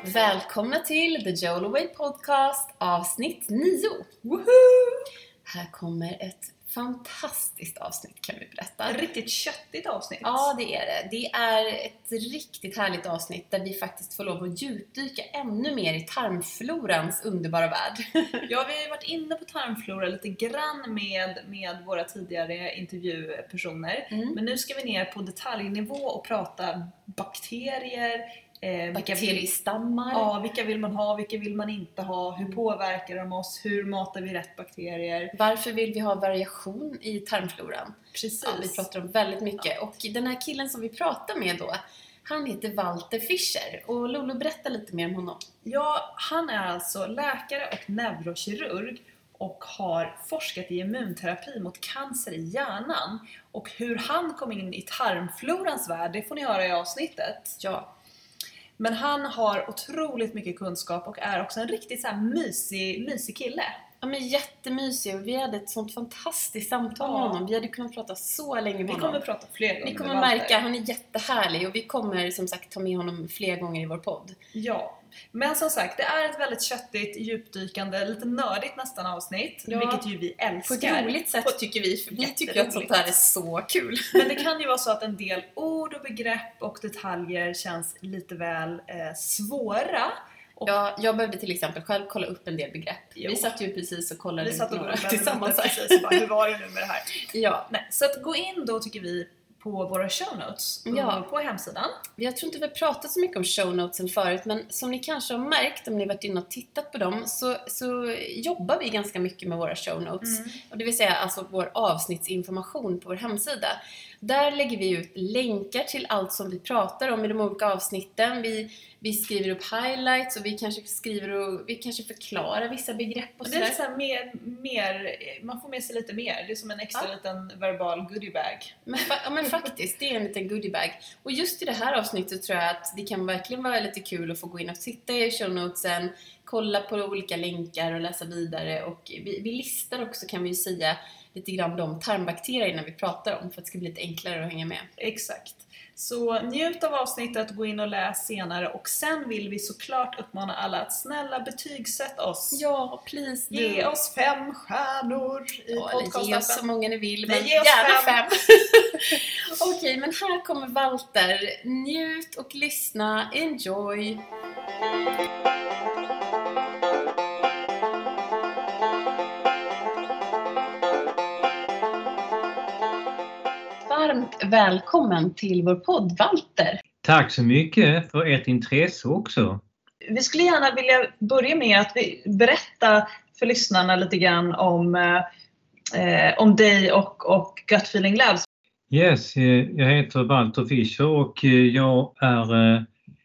Välkomna till The Jolaway Podcast avsnitt 9. Woohoo! Här kommer ett fantastiskt avsnitt, kan vi berätta. Ett riktigt köttigt avsnitt. Ja, det är det. Det är ett riktigt härligt avsnitt där vi faktiskt får lov att djupdyka ännu mer i tarmflorans underbara värld. Ja, vi har ju varit inne på tarmflora lite grann med våra tidigare intervjupersoner. Men nu ska vi ner på detaljnivå och prata bakterier. Bakteriestammar. Vilka vill man ha, vilka vill man inte ha, hur påverkar de oss, hur matar vi rätt bakterier. Varför vill vi ha variation i tarmfloran? Precis. Ja, vi pratar om väldigt mycket. Ja. Och den här killen som vi pratar med då, han heter Walter Fischer. Och Lolo, berätta lite mer om honom. Ja, han är alltså läkare och neurokirurg och har forskat i immunterapi mot cancer i hjärnan. Och hur han kom in i tarmflorans värld, det får ni höra i avsnittet. Ja. Men han har otroligt mycket kunskap och är också en riktigt så här mysig kille. Ja, men jättemysig, och vi hade ett sånt fantastiskt samtal med honom. Vi hade kunnat prata så länge med honom. Vi kommer prata fler gånger. Ni kommer märka, han är jättehärlig och vi kommer som sagt ta med honom fler gånger i vår podd. Ja, men som sagt, det är ett väldigt köttigt, djupdykande, lite nördigt nästan avsnitt. Ja, vilket ju vi älskar. På ett roligt sätt tycker vi, för vi tycker att sånt här är så kul. Men det kan ju vara så att en del ord och begrepp och detaljer känns lite väl svåra. Ja, jag behövde till exempel själv kolla upp en del begrepp. Jo. Vi satt ju precis och kollade några tillsammans. Precis, bara, hur var det nu med det här? Ja. Nej, så att gå in då tycker vi på våra show notes på hemsidan. Jag tror inte vi har pratat så mycket om show notesen förut, men som ni kanske har märkt om ni varit inne och tittat på dem så jobbar vi ganska mycket med våra show notes. Och det vill säga alltså vår avsnittsinformation på vår hemsida. Där lägger vi ut länkar till allt som vi pratar om i de olika avsnitten. Vi skriver upp highlights och vi kanske förklarar vissa begrepp och det är så här mer, man får med sig lite mer. Det är som en extra liten verbal goodiebag. Men faktiskt, det är en liten goodiebag. Och just i det här avsnittet tror jag att det kan verkligen vara lite kul att få gå in och titta i show notesen, kolla på olika länkar och läsa vidare. Och vi listar också, kan vi ju säga, lite grann de tarmbakterierna vi pratar om för att det ska bli lite enklare att hänga med. Exakt. Så njut av avsnittet, gå in och läs senare. Och sen vill vi såklart uppmana alla att snälla betygsätta oss. Ja, please. Ge oss 5 stjärnor i podcasten. Ge oss så många ni vill, men gärna 5. Okej, men här kommer Walter. Njut och lyssna. Enjoy! Varmt välkommen till vår podd, Walter. Tack så mycket för ert intresse också. Vi skulle gärna vilja börja med att vi berätta för lyssnarna lite grann om dig och Gut Feeling Labs. Yes, jag heter Walter Fischer och jag är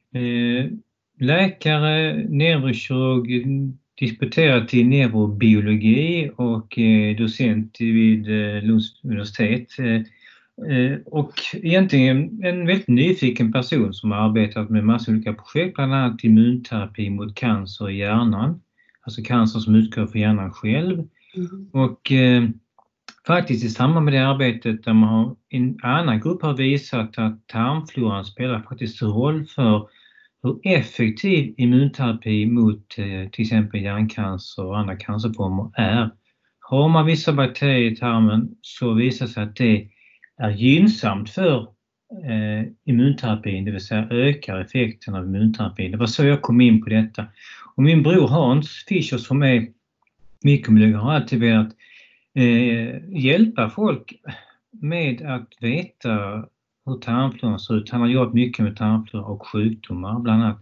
läkare, neurokirurg, disputerad i neurobiologi och docent vid Lunds universitet. Och egentligen en väldigt nyfiken person som har arbetat med massa olika projekt, bland annat immunterapi mot cancer i hjärnan. Alltså cancer som utgår från hjärnan själv. Och faktiskt i samband med det arbetet där man har, en annan grupp har visat att tarmfloran spelar faktiskt roll för hur effektiv immunterapi mot till exempel hjärncancer och andra cancerformer är. Har man vissa bakterier i tarmen så visar sig att det är gynnsamt för immunterapin, det vill säga ökar effekten av immunterapin. Det var så jag kom in på detta. Och min bror Hans Fischer som är mikrobiolog har alltid velat hjälpa folk med att veta hur tarmfloran ser ut. Han har jobbat mycket med tarmflora och sjukdomar, bland annat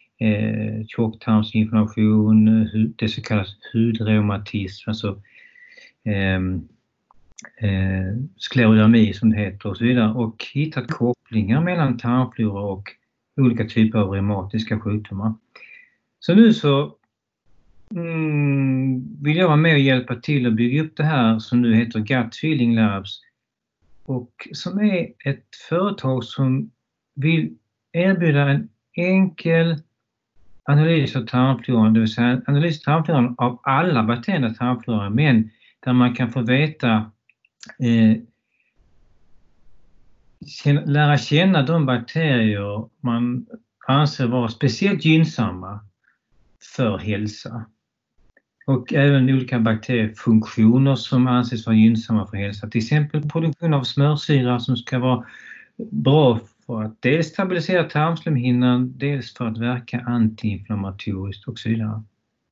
tjocktarmsinflammation, det så kallas hudreumatism, alltså sklerodermi som det heter och så vidare, och hittat kopplingar mellan tarmflora och olika typer av reumatiska sjukdomar. Så nu så vill jag vara med och hjälpa till att bygga upp det här som nu heter Gut Feeling Labs, och som är ett företag som vill erbjuda en enkel analys av tarmfloran, det vill säga analys av tarmfloran av alla bakterier i tarmfloran, men där man kan få veta lära känna de bakterier man anses vara speciellt gynnsamma för hälsa. Och även olika bakteriefunktioner som anses vara gynnsamma för hälsa. Till exempel produktion av smörsyra som ska vara bra för att dels stabilisera tarmslemhinnan, dels för att verka antiinflammatoriskt och så vidare.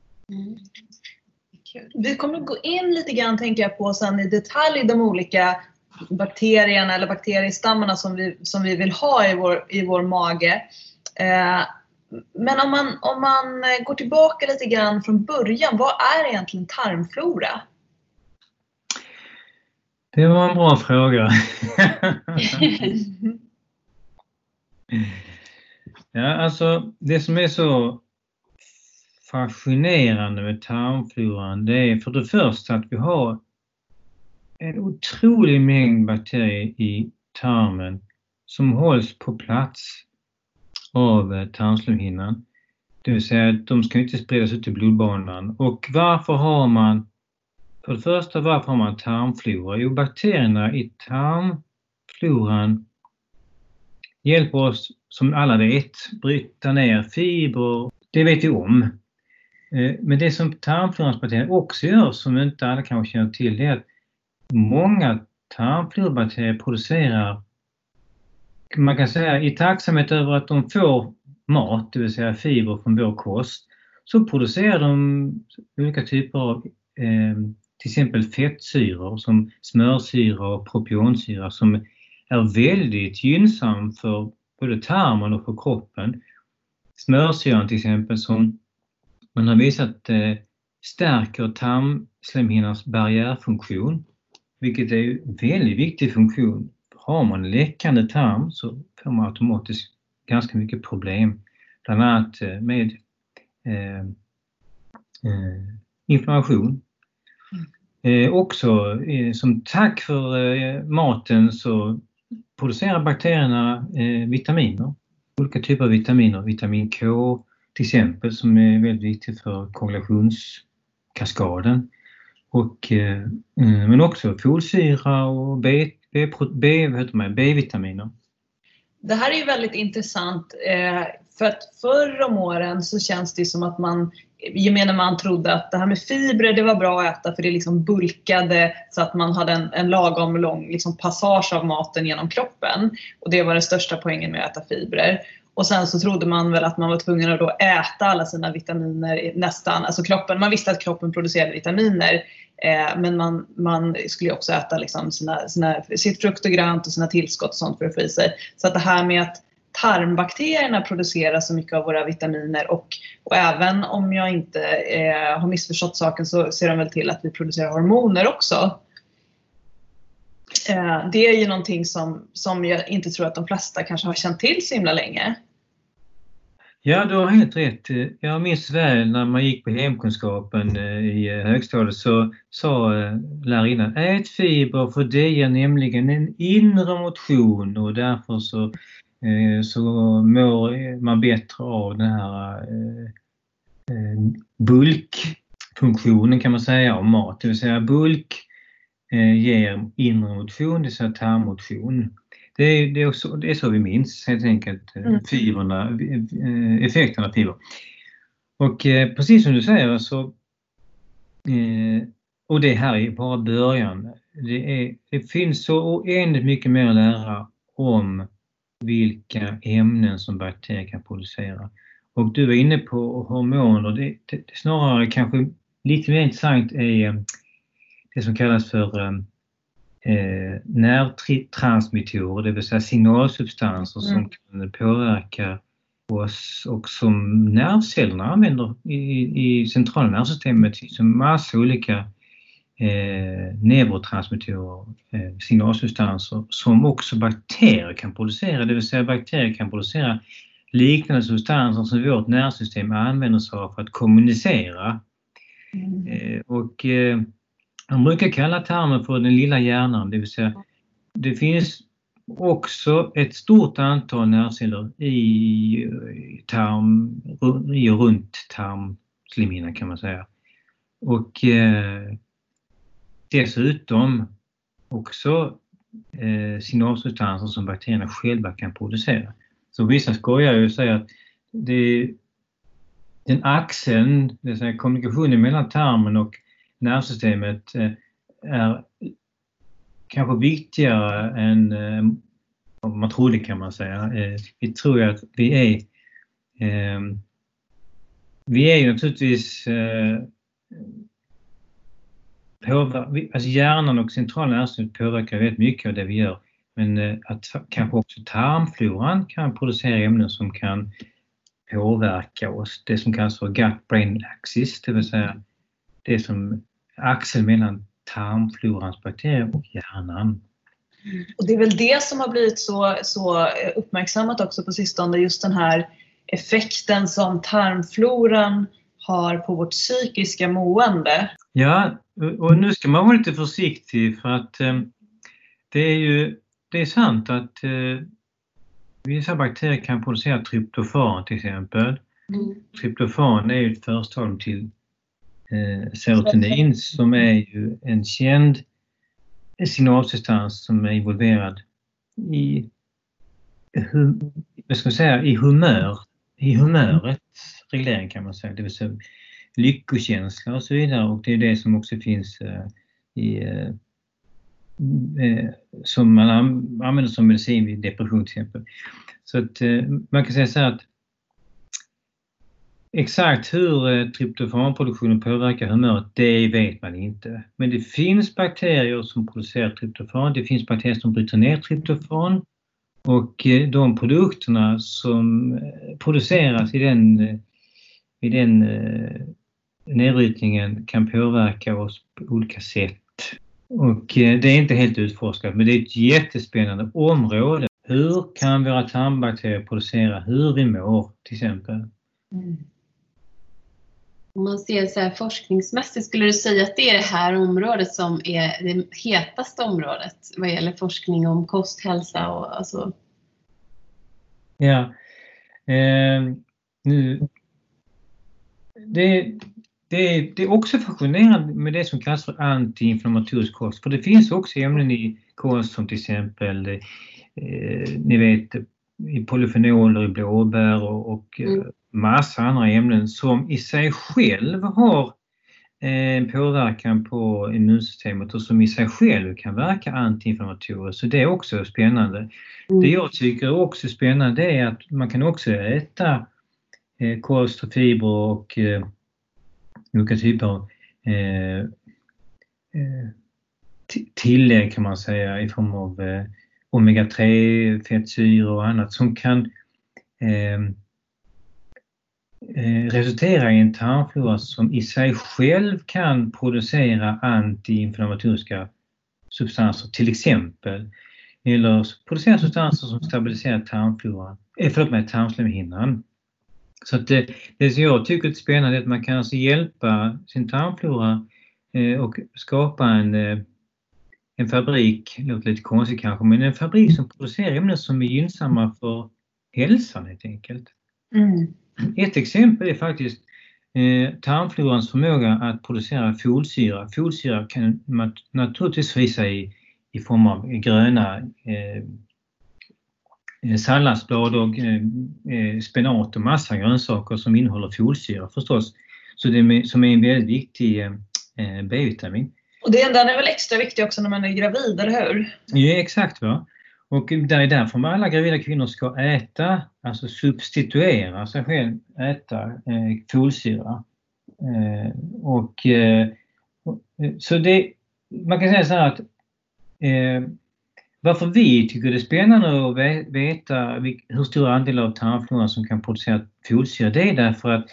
Vi kommer gå in lite grann, tänker jag på sen, i detalj de olika bakterierna eller bakteriestammarna som vi vill ha i vår mage. Men om man går tillbaka lite grann från början, vad är egentligen tarmflora? Det var en bra fråga. Ja, alltså det som är så fascinerande med tarmfloran, det är för det första att vi har en otrolig mängd bakterier i tarmen som hålls på plats av tarmslemhinnan. Det vill säga att de ska inte spridas ut i blodbanan. Och varför har man tarmflora? Jo, bakterierna i tarmfloran hjälper oss, som alla vet, bryta ner fibrer. Det vet vi om. Men det som tarmflorans bakterier också gör, som inte alla kanske känner till, det är att många tarmflorbakterier producerar, man kan säga, i tacksamhet över att de får mat, det vill säga fibrer från vår kost, så producerar de olika typer av till exempel fettsyror som smörsyra och propionsyra som är väldigt gynnsam för både tarmen och för kroppen. Smörsyran till exempel, som man har visat stärker tarmslemhinnans barriärfunktion, vilket är en väldigt viktig funktion. Har man läckande tarm så får man automatiskt ganska mycket problem, bland annat med inflammation. Också som tack för maten så producerar bakterierna vitaminer, olika typer av vitaminer, vitamin K till exempel, som är väldigt viktigt för koagulationskaskaden, och men också folsyra och B-vitaminer. Det här är ju väldigt intressant, för att förr om åren så känns det som att gemene man trodde att det här med fibrer, det var bra att äta för det liksom bulkade så att man hade en lagom lång liksom passage av maten genom kroppen, och det var den största poängen med att äta fibrer. Och sen så trodde man väl att man var tvungen att då äta alla sina vitaminer nästan, alltså kroppen, man visste att kroppen producerade vitaminer, men man skulle ju också äta liksom sitt frukt och grönt och sina tillskott och sånt för att få i sig. Så att det här med att tarmbakterierna producerar så mycket av våra vitaminer, och även om jag inte har missförstått saken så ser de väl till att vi producerar hormoner också. Det är ju någonting som jag inte tror att de flesta kanske har känt till så himla länge. Ja, du har helt rätt. Jag minns väl när man gick på hemkunskapen i högstadiet, så sa lärarinnan: ät fiber för det ger nämligen en inre motion, och därför så mår man bättre av den här bulkfunktionen, kan man säga, av mat. Det vill säga bulk ger inre motion, det vill säga tarmmotion. Det är så vi minns helt enkelt fibrerna, effekterna av fibrer. Och precis som du säger så, och det här är bara början. Det finns så oändligt mycket mer att lära om vilka ämnen som bakterier kan producera. Och du var inne på hormoner. Det snarare kanske lite mer intressant är det som kallas för nervtransmittorer, det vill säga signalsubstanser som kan påverka oss och som nervcellerna använder i centrala nervsystemet. Det finns en massa olika neurotransmittorer, signalsubstanser som också bakterier kan producera. Det vill säga bakterier kan producera liknande substanser som vårt nervsystem använder sig av för att kommunicera. Och man brukar kalla tarmen för den lilla hjärnan, det vill säga det finns också ett stort antal nervceller i och runt tarmslemhinnan, kan man säga. Och dessutom också signalsubstanser som bakterierna själva kan producera. Så vissa skojar ju och säger att den axeln, det vill säga kommunikationen mellan tarmen och nervsystemet är kanske viktigare än vad man trodde, kan man säga. Vi tror att vi är ju naturligtvis alltså hjärnan och centrala nervsystemet påverkar väldigt mycket av det vi gör. Men att kanske också tarmfloran kan producera ämnen som kan påverka oss. Det som kallas för gut-brain axis, det vill säga det som axeln mellan tarmflorans bakterier och hjärnan. Och det är väl det som har blivit så uppmärksammat också på sistone, just den här effekten som tarmfloran har på vårt psykiska mående. Ja, och nu ska man vara lite försiktig, för att det är sant att vissa bakterier kan producera tryptofan till exempel. Tryptofan är ju ett förstadium till serotonin, som är ju en känd signalsubstans som är involverad i humörets reglering, kan man säga. Det vill säga lyckokänsla och så vidare, och det är det som också finns som man använder som medicin vid depression till exempel. Så att man kan säga så här att exakt hur tryptofanproduktionen påverkar humöret, det vet man inte. Men det finns bakterier som producerar tryptofan, det finns bakterier som bryter ner tryptofan, och de produkterna som produceras i den nedbrytningen kan påverka oss på olika sätt. Och det är inte helt utforskat, men det är ett jättespännande område. Hur kan våra tarmbakterier producera hur vi mår till exempel? Om man ser så här forskningsmässigt, skulle du säga att det är det här området som är det hetaste området vad gäller forskning om kosthälsa och alltså? Ja, det är också fascinerande med det som kallas för antiinflammatorisk kost. För det finns också ämnen i kost som till exempel, ni vet, i polyfenoler i blåbär och massa andra ämnen som i sig själv har en påverkan på immunsystemet och som i sig själv kan verka antiinflammatoriskt. Så det är också spännande. Det jag tycker också är spännande är att man kan också äta kost och fibrer och olika typer av tillägg, kan man säga, i form av omega-3 fettsyror och annat som kan resultera i en tarmflora som i sig själv kan producera antiinflammatoriska substanser till exempel, eller producera substanser som stabiliserar tarmslemhinnan. Så att det som jag tycker är spännande är att man kan alltså hjälpa sin tarmflora och skapa en fabrik, det låter lite konstigt kanske, men en fabrik som producerar ämnen som är gynnsamma för hälsan helt enkelt. Ett exempel är faktiskt tarmflorans förmåga att producera folsyra. Folsyra kan man naturligtvis visa i form av gröna salladsblad och spenat och massa grönsaker som innehåller folsyra förstås. Så som är en väldigt viktig B-vitamin. Och den är väl extra viktig också när man är gravid, eller hur? Ja, exakt va. Och det är därför alla gravida kvinnor ska äta, alltså substituera sig själv, äta folsyra. Så det, man kan säga så här att varför vi tycker det är spännande att veta hur stor andel av tarmfloran som kan producera folsyra, det är därför att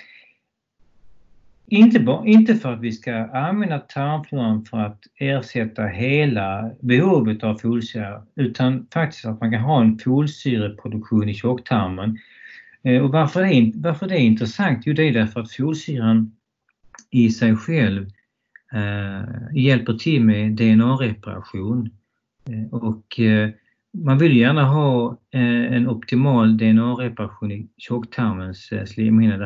inte för att vi ska använda tarmfloran för att ersätta hela behovet av folsyra, utan faktiskt att man kan ha en folsyreproduktion i tjocktarmen. Och varför det är intressant? Jo, det är därför att folsyran i sig själv hjälper till med DNA-reparation. Och man vill gärna ha en optimal DNA-reparation i tjocktarmens slemhinna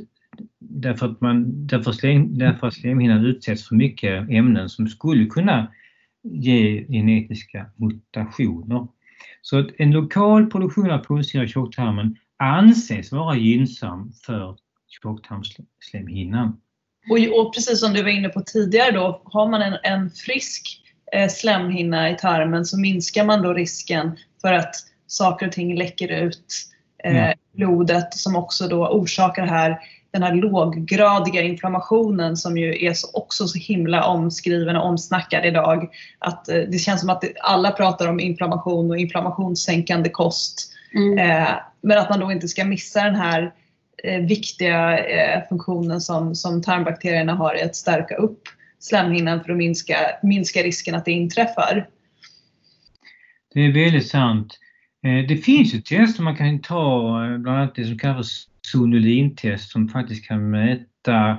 därför att slemhinnan utsätts för mycket ämnen som skulle kunna ge genetiska mutationer. Så att en lokal produktion av folsyra i tjocktarmen anses vara gynnsam för tjocktarmsslemhinnan. Och precis som du var inne på tidigare då, har man en frisk slemhinna i tarmen så minskar man då risken för att saker och ting läcker ut blodet som också då orsakar den här låggradiga inflammationen som ju är också så himla omskriven och omsnackad idag. Att det känns som att alla pratar om inflammation och inflammationssänkande kost. Men att man då inte ska missa den här viktiga funktionen som tarmbakterierna har i att stärka upp slemhinnan för att minska risken att det inträffar. Det är väldigt sant. Det finns ju tester man kan ta, bland annat det som kallas zonulintest som faktiskt kan mäta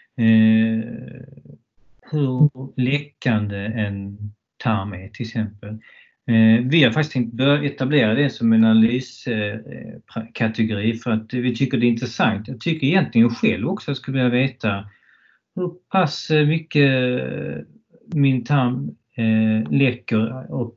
hur läckande en tarm är till exempel. Vi har faktiskt tänkt börja etablera det som en analyskategori för att vi tycker det är intressant. Jag tycker egentligen själv också att jag skulle vilja veta hur pass mycket min tarm läcker och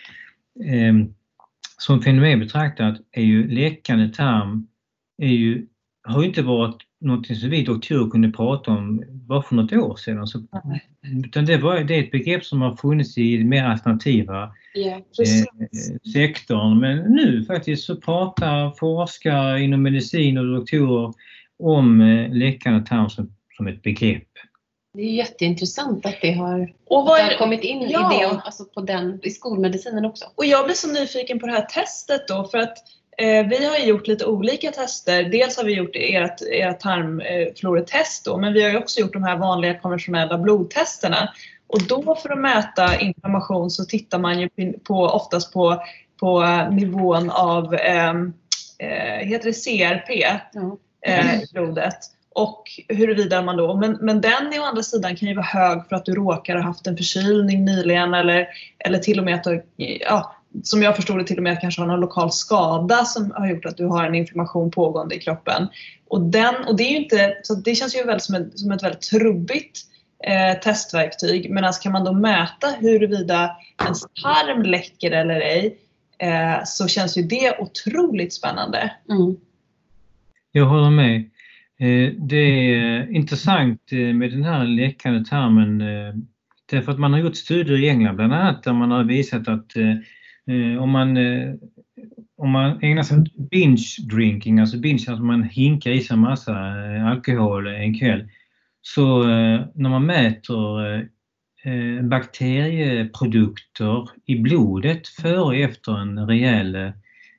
som fenomen betraktat är ju läckande tarm har ju inte varit något som vi doktorer kunde prata om bara för något år sedan. Utan det är ett begrepp som har funnits i mer alternativa sektorn. Men nu faktiskt så pratar forskare inom medicin och doktorer om läckande tarm som ett begrepp. Det är jätteintressant att det har kommit in i det, alltså i skolmedicinen också. Och jag blir så nyfiken på det här testet då, för att vi har gjort lite olika tester. Dels har vi gjort ert tarmfloretest då, men vi har ju också gjort de här vanliga konventionella blodtesterna. Och då för att mäta inflammation så tittar man ju oftast på nivån av heter det CRP i blodet. Och huruvida man då, men den å andra sidan kan ju vara hög för att du råkar ha haft en förkylning nyligen eller till och med att du, som jag förstår det, till och med kanske har någon lokal skada som har gjort att du har en inflammation pågående i kroppen. Och det är ju inte, så det känns ju väldigt som ett väldigt trubbigt testverktyg. Men alltså kan man då mäta huruvida ens tarm läcker eller ej, så känns ju det otroligt spännande. Jag håller med. Det är intressant med den här läckande tarmen därför att man har gjort studier i England bland annat där man har visat att om man ägnar sig åt binge drinking, alltså man hinkar i sig en massa alkohol en kväll, så när man mäter bakterieprodukter i blodet före och efter en rejäl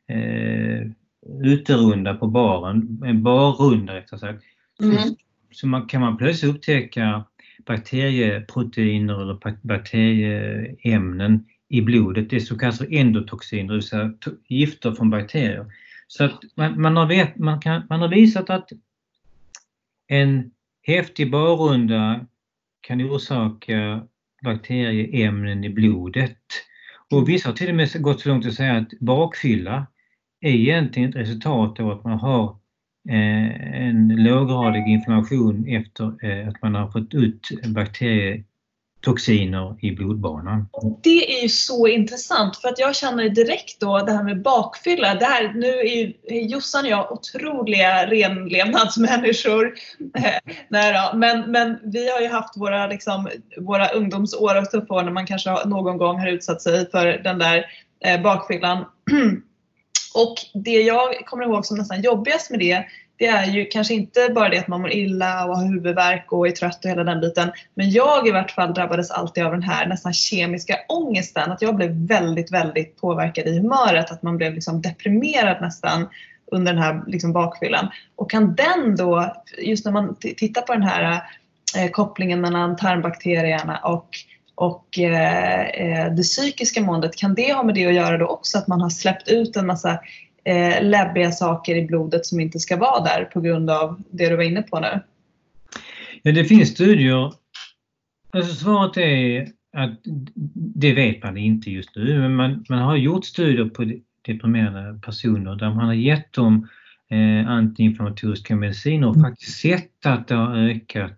uterunda på baren, en barrunda rättare sagt, så kan man plötsligt upptäcka bakterieproteiner eller bakterieämnen i blodet. Det är så kallade endotoxiner, det vill säga gifter från bakterier. Så att man har visat att en häftig barrunda kan orsaka bakterieämnen i blodet. Och vissa har till och med gått så långt att säga att bakfylla är egentligen ett resultat av att man har en låggradig inflammation efter att man har fått ut bakterietoxiner i blodbanan. Det är ju så intressant för att jag känner direkt då det här med bakfylla. Nu är ju Jossan och jag otroliga renlevnadsmänniskor. Men vi har ju haft våra ungdomsår och tuffår när man kanske någon gång har utsatt sig för den där bakfyllan. Och det jag kommer ihåg som nästan jobbigast med det är ju kanske inte bara det att man mår illa och har huvudvärk och är trött och hela den biten. Men jag i vart fall drabbades alltid av den här nästan kemiska ångesten. Att jag blev väldigt, väldigt påverkad i humöret. Att man blev deprimerad nästan under den här bakfyllan. Och kan den då, just när man tittar på den här kopplingen mellan tarmbakterierna och det psykiska måendet, kan det ha med det att göra då också att man har släppt ut en massa läbbiga saker i blodet som inte ska vara där på grund av det du var inne på nu? Ja, det finns studier. Alltså svaret är att det vet man inte just nu, men man har gjort studier på deprimerade personer där man har gett dem antiinflammatoriska mediciner och faktiskt sett att det har ökat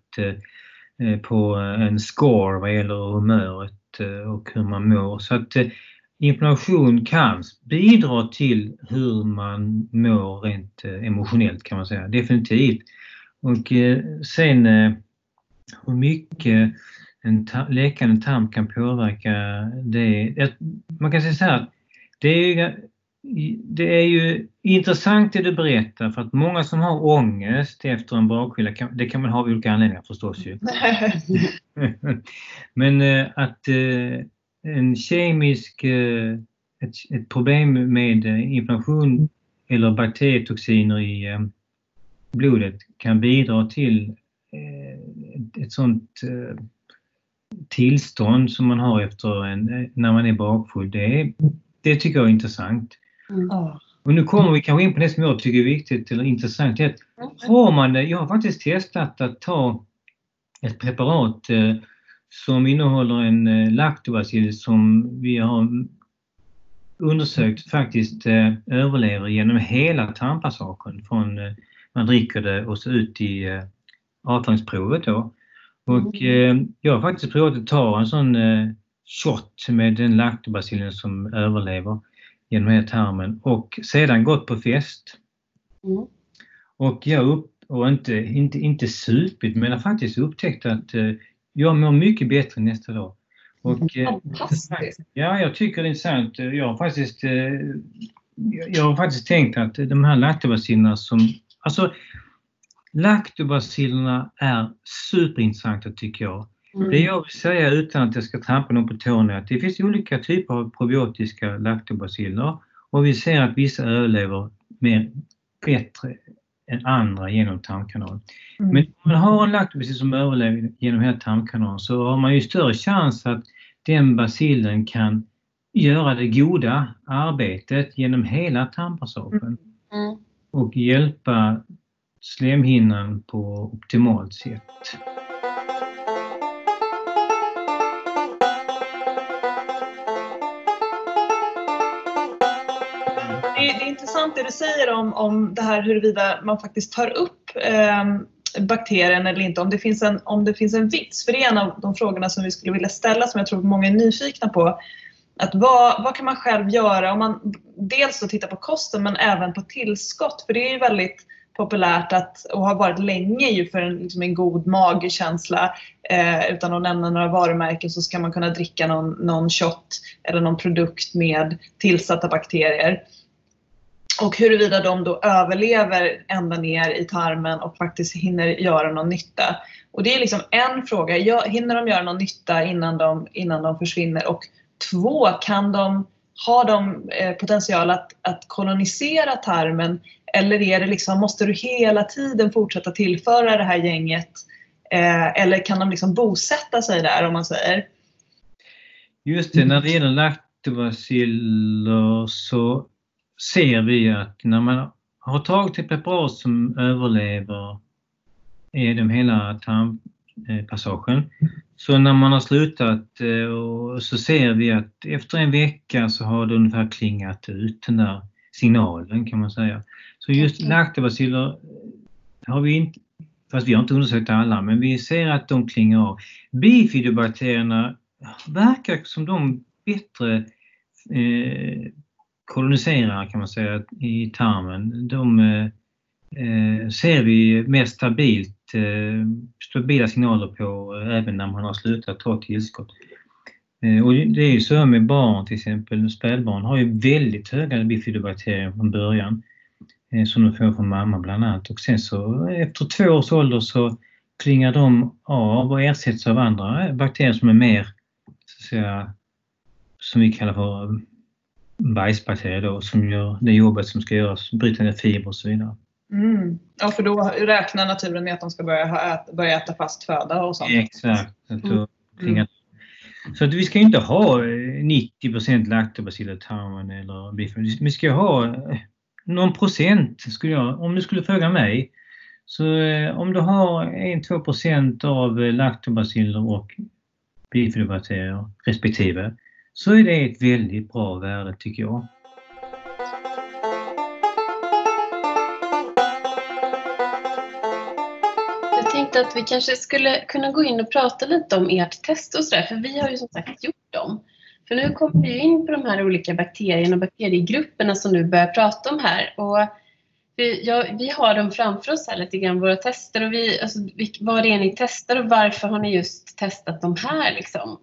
på en score vad gäller humöret och hur man mår. Så att inflammation kan bidra till hur man mår rent emotionellt, kan man säga. Definitivt. Och sen hur mycket en läkande tarm kan påverka det. Man kan säga så här, det är ju intressant det du berättar, för att många som har ångest efter en bakfylla, det kan man ha av olika anledningar förstås ju. Men att en kemisk, ett problem med inflammation eller bakterietoxiner i blodet kan bidra till ett sånt tillstånd som man har efter när man är bakfull. Det tycker jag är intressant. Och nu kommer vi kanske in på det som jag tycker är viktigt eller intressant. Har man det, jag har faktiskt testat att ta ett preparat som innehåller en lactobacil som vi har undersökt faktiskt överlever genom hela tarmpassagen från man dricker det och så ut i avfallsprovet då. Och jag har faktiskt provat att ta en sån shot med den lactobacillen som överlever genom hela tarmen och sedan gått på fest. Och jag inte supit, men jag har faktiskt upptäckt att jag mår mycket bättre nästa dag. Och, fantastiskt! Ja, jag tycker det är intressant. Jag har faktiskt tänkt att de här lactobacillerna lactobacillerna är superintressanta tycker jag. Det jag vill säga utan att jag ska trampa någon på tårna är att det finns olika typer av probiotiska lactobaciller och vi ser att vissa överlever bättre än andra genom tarmkanalen. Men om man har en laktobacil som överlever genom hela tarmkanalen så har man ju större chans att den bacillen kan göra det goda arbetet genom hela tarmpassagen och hjälpa slemhinnan på optimalt sätt. Det är intressant det du säger om det här huruvida man faktiskt tar upp bakterien eller inte, om det finns en vits. För det är en av de frågorna som vi skulle vilja ställa som jag tror många är nyfikna på. Att vad kan man själv göra om man dels då tittar på kosten men även på tillskott? För det är ju väldigt populärt och har varit länge ju för en god magkänsla. Utan att nämna några varumärken så ska man kunna dricka någon shot eller någon produkt med tillsatta bakterier. Och huruvida de då överlever ända ner i tarmen och faktiskt hinner göra någon nytta. Och det är liksom en fråga. Hinner de göra någon nytta innan de försvinner? Och 2, har de potential att kolonisera tarmen? Eller är det liksom, måste du hela tiden fortsätta tillföra det här gänget? Eller kan de bosätta sig där om man säger? Just det, när det gäller lactobaciller så ser vi att när man har tagit ett preparat som överlever genom hela tarmpassagen, så när man har slutat så ser vi att efter en vecka så har det ungefär klingat ut den där signalen kan man säga. Så just lactobaciller har vi inte, fast vi har inte undersökt alla, men vi ser att de klingar av. Bifidobakterierna verkar som de bättre koloniserar kan man säga i tarmen. De ser vi mer stabila signaler på även när man har slutat ta tillskott. Och det är ju så med barn till exempel, spädbarn har ju väldigt höga bifidobakterier från början som de får från mamma bland annat. Och sen så efter 2 års ålder så klingar de av och ersätts av andra bakterier som är mer så att säga, som vi kallar för bajsbakterier då, som gör det jobbet som ska göras, bryta ner fibrer och så vidare. Ja, för då räknar naturen med att de ska börja äta fast föda och sånt. Exakt. Så att vi ska inte ha 90% lactobaciller i tarmen eller bifidobakterier. Vi ska ha någon procent, om du skulle fråga mig. Så om du har 1-2% av lactobaciller och bifidobakterier respektive, så är det ett väldigt bra värde tycker jag. Jag tänkte att vi kanske skulle kunna gå in och prata lite om ert test och sådär, för vi har ju som sagt gjort dem. För nu kommer vi in på de här olika bakterierna och bakteriegrupperna som du börjar prata om här. Och vi har dem framför oss här lite grann, våra tester. Och vad det är ni testar och varför har ni just testat de här liksom?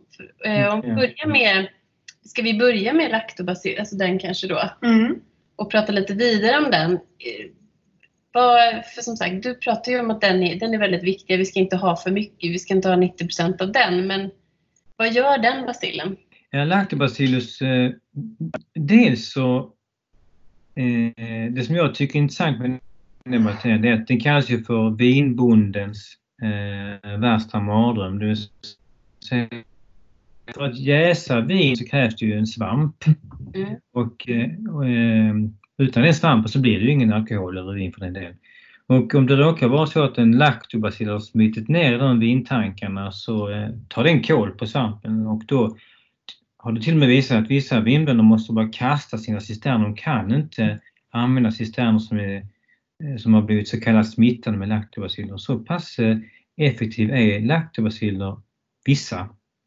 Ska vi börja med Lactobacillus, alltså den kanske då? Och prata lite vidare om den. För som sagt, du pratar ju om att den är väldigt viktig. Vi ska inte ha för mycket, vi ska inte ha 90% av den. Men vad gör den bacillen? Ja, Lactobacillus, dels så, det som jag tycker är intressant med den bakterien är att den kallas ju för vinbondens värsta mardröm. Det vill säga, för att jäsa vin så krävs det ju en svamp. Och utan den svampen så blir det ju ingen alkohol eller vin för den delen. Och om det råkar vara så att en Lactobacillus har smittit ner de vintankarna så tar den kål på svampen, och då har det till och med visat att vissa vinbönder måste bara kasta sina cisterner. De kan inte använda cisterner som har blivit så kallat smittade med Lactobaciller. Så pass effektiv är Lactobaciller vissa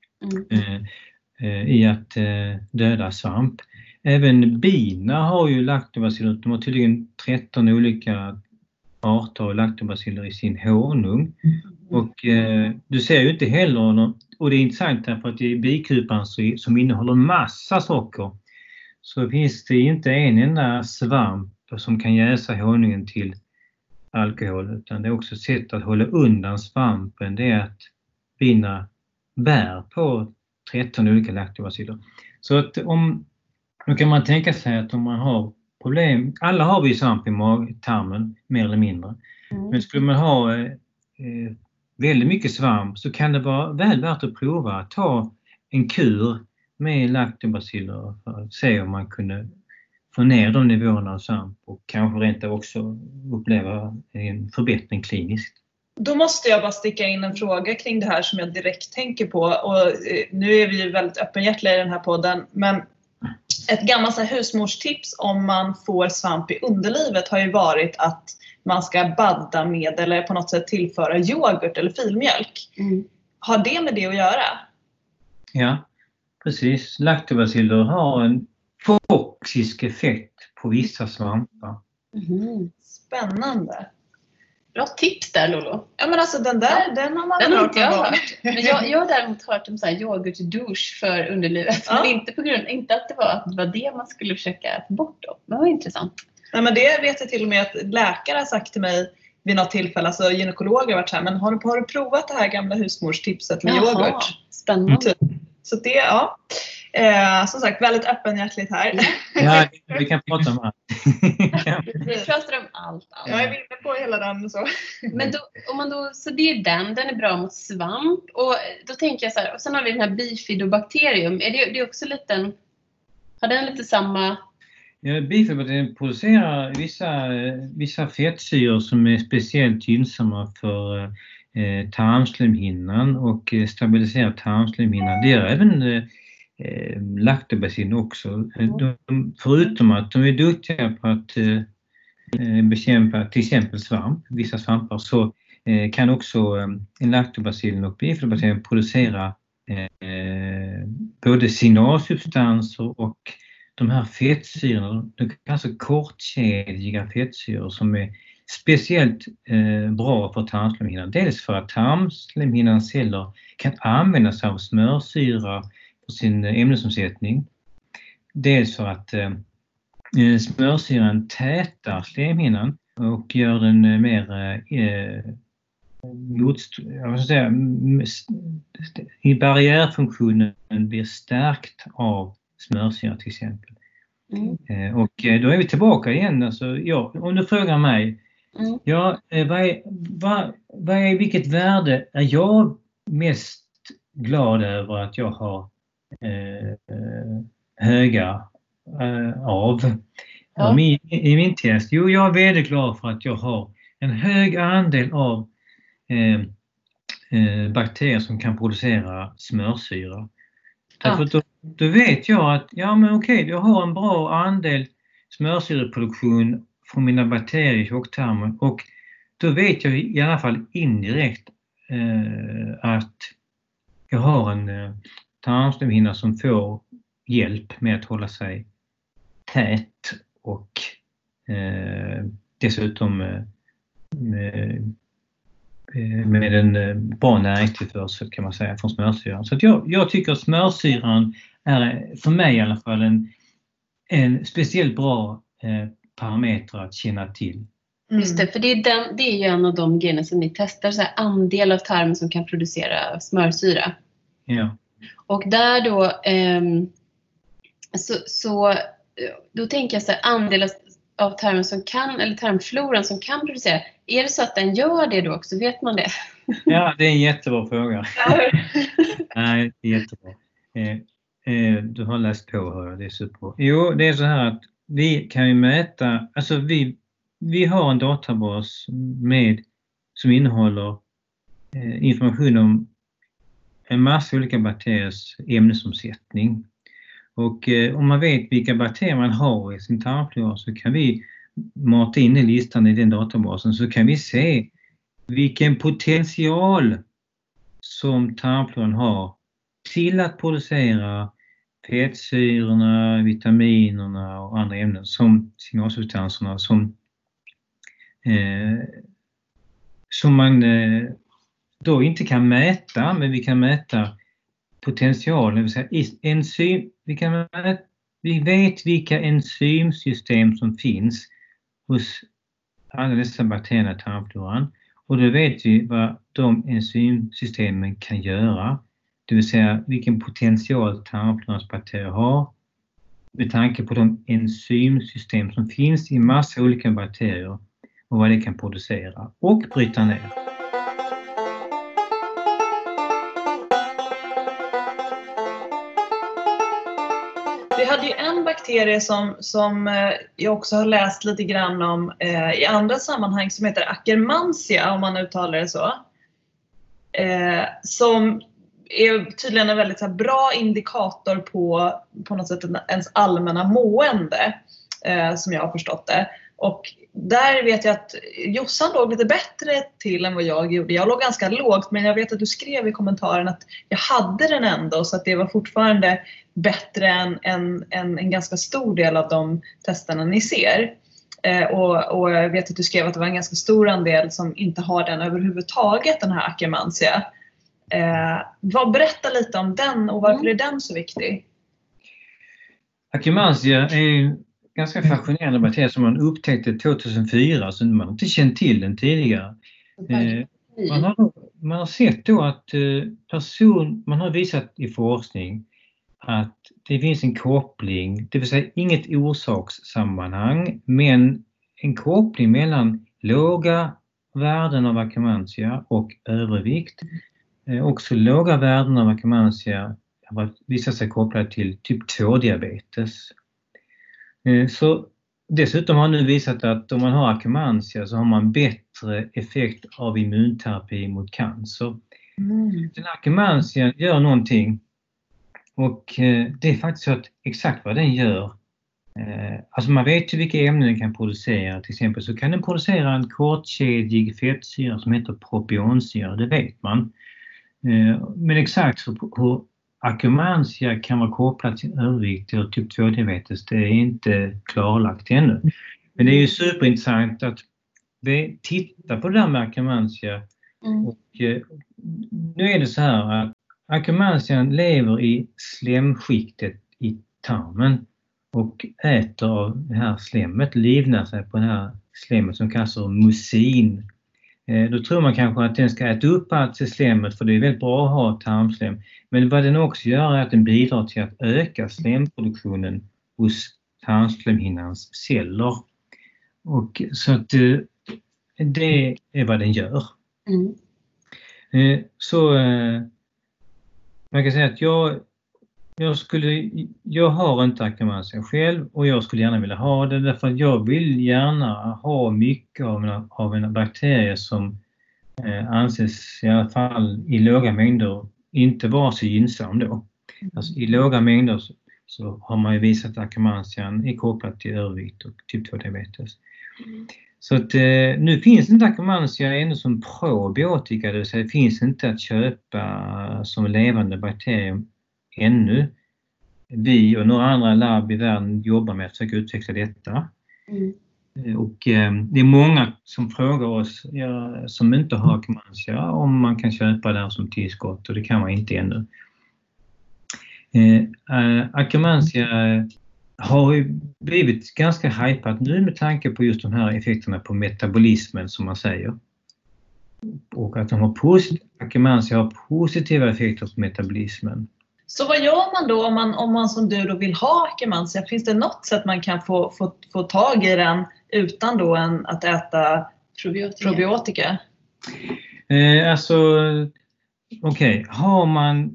i att döda svamp. Även bina har ju Lactobaciller. De har tydligen 13 olika arter av Lactobaciller i sin honung. Och du ser ju inte heller, och det är intressant därför att i bikupan som innehåller massa socker så finns det inte en enda svamp som kan jäsa honungen till alkohol, utan det är också ett sätt att hålla undan svampen, det är att bina bär på 13 olika Lactobaciller. Så att då kan man tänka sig att om man har problem, alla har vi svamp i magtarmen mer eller mindre, men skulle man ha väldigt mycket svamp så kan det vara väl värt att prova att ta en kur med Lactobaciller för att se om man kunde få ner de nivåerna av svamp och kanske rent också uppleva en förbättring kliniskt. Då måste jag bara sticka in en fråga kring det här som jag direkt tänker på, och nu är vi ju väldigt öppenhjärtiga i den här podden, men ett gammalt husmorstips om man får svamp i underlivet har ju varit att man ska badda med eller på något sätt tillföra yoghurt eller filmjölk. Har det med det att göra? Ja, precis. Lactobaciller har en toxisk effekt på vissa svampar. Spännande. Bra tips där, Lolo. Ja, men alltså den har man inte jag hört. Men jag har däremot hört om så här yoghurtdouche för underlivet. Ja. Men inte att det var det man skulle försöka få bort då. Det var intressant. Nej, men det vet jag till och med att läkare har sagt till mig vid något tillfälle, alltså gynekologer har varit så här, men har du provat det här gamla husmorstipset med yoghurt? Spännande. Så det, ja. Som sagt, väldigt öppenhjärtligt här. Ja, vi kan prata om allt. Vi pratar om allt. Jag är inne på hela den så. Men så det är den är bra mot svamp. Och då tänker jag så här, och sen har vi den här bifidobakterium. Det är också har den lite samma... Ja, bifidobakterium producerar vissa fettsyror som är speciellt gynnsamma för tarmslemhinnan och stabiliserar tarmslemhinnan. Det är även Lactobacillus också. Förutom att de är duktiga på att bekämpa till exempel svamp, vissa svampar, så kan också en Lactobacillus och bifidobakterium producera både signalsubstanser och de här fettsyrorna, alltså kortkedjiga fettsyror som är speciellt bra för tarmslemhinnan. Dels för att tarmslemhinnans celler kan använda sig av smörsyra på sin ämnesomsättning. Dels för att smörsyran tätar slemhinnan och gör den mer barriärfunktionen blir stärkt av smörsyra till exempel. Och då är vi tillbaka igen. Alltså, om du frågar mig, vilket värde är jag mest glad över att jag har höga av i min test? Jo, jag är väldigt glad för att jag har en hög andel av bakterier som kan producera smörsyra. Därför då vet jag att jag har en bra andel smörsyreproduktion från mina bakterier i tjocktarmen, och då vet jag i alla fall indirekt att jag har en tarmslemhinna som får hjälp med att hålla sig tät och dessutom med en bra näringstillförsel kan man säga från smörsyran. Så att jag tycker att smörsyran är för mig i alla fall en speciellt bra parameter att känna till. Just det, för det är ju en av de grejerna som ni testar, så här, andel av tarmen som kan producera smörsyra. Ja. Och där då då tänker jag så här, andel av tarmen som kan, eller tarmfloran som kan producera, är det så att den gör det då också? Vet man det? Ja, det är en jättebra fråga. Nej, det är jättebra. Du har läst på, hör jag, det är superbra. Jo, det är så här att vi kan ju mäta, alltså vi har en databas som innehåller information om en massa olika bakteriers ämnesomsättning. Och om man vet vilka bakterier man har i sin tarmflora så kan vi mata in i listan i den databasen, så kan vi se vilken potential som tarmfloran har till att producera fettsyrorna, vitaminerna och andra ämnen som signalsubstanserna som man då inte kan mäta, men vi kan mäta potentialen, det vill säga enzym. Vi vet vilka enzymsystem som finns hos alla dessa bakterier i tarmfloran, och då vet vi vad de enzymsystemen kan göra, det vill säga vilken potential tarmflorans bakterier har med tanke på de enzymsystem som finns i massa olika bakterier och vad det kan producera och bryta ner. Vi hade ju en bakterie som jag också har läst lite grann om i andra sammanhang som heter Akkermansia, om man uttalar det så. Som är tydligen en väldigt så här, bra indikator på något sätt ens allmänna mående, som jag har förstått det. Och där vet jag att Jossan låg lite bättre till än vad jag gjorde. Jag låg ganska lågt, men jag vet att du skrev i kommentaren att jag hade den ändå, så att det var fortfarande bättre än en ganska stor del av de testerna ni ser. Och jag vet att du skrev att det var en ganska stor andel som inte har den överhuvudtaget, den här Akkermansia. Berätta lite om den och varför är den så viktig? Akkermansia är ganska fascinerande bakterier som man upptäckte 2004, så man har inte känt till den tidigare. Man har sett då att man har visat i forskning att det finns en koppling, det vill säga inget orsakssammanhang, men en koppling mellan låga värden av Akkermansia och övervikt. Också låga värden av Akkermansia har visat sig kopplade till typ 2-diabetes. Så dessutom har nu visat att om man har Akkermansia så har man bättre effekt av immunterapi mot cancer. Den Akkermansia gör någonting, och det är faktiskt så att exakt vad den gör. Alltså man vet ju vilka ämnen den kan producera. Till exempel så kan den producera en kortkedjig fettsyra som heter propionsyra, det vet man. Men exakt hur Akkermansia kan vara kopplat till övervikt och typ 2-diabetes, det är inte klarlagt ännu. Men det är ju superintressant att vi tittar på det där med Akkermansia. Och nu är det så här att Akkermansia lever i slemskiktet i tarmen och äter av det här slemmet, livnär sig på det här slemmet som kallas mucin. Då tror man kanske att den ska äta upp allt i slemmet, för det är väldigt bra att ha tarmslem. Men vad den också gör är att den bidrar till att öka slemproduktionen hos tarmslemhinnans celler. Och så att det är vad den gör. Så man kan säga att jag har inte Akkermansia själv, och jag skulle gärna vilja ha det, därför att jag vill gärna ha mycket av en bakterie som anses i alla fall i låga mängder inte vara så gynnsam då. Alltså i låga mängder så har man ju visat att Akkermansian är kopplat till övervikt och typ 2-diabetes. Så att nu finns inte Akkermansia ännu som probiotika, det vill säga det finns inte att köpa som levande bakterium ännu. vi och några andra labb i världen jobbar med att försöka utveckla detta. Och det är många som frågar oss som inte har Akkermansia om man kan köpa det som tillskott, och det kan man inte ännu. Akkermansia har ju blivit ganska hypat nu med tanke på just de här effekterna på metabolismen som man säger. Och att Akkermansia har positiva effekter på metabolismen. Så vad gör man då om man som du då vill ha Akkermansia? Finns det något sätt man kan få tag i den utan då att äta probiotika? Okej. Har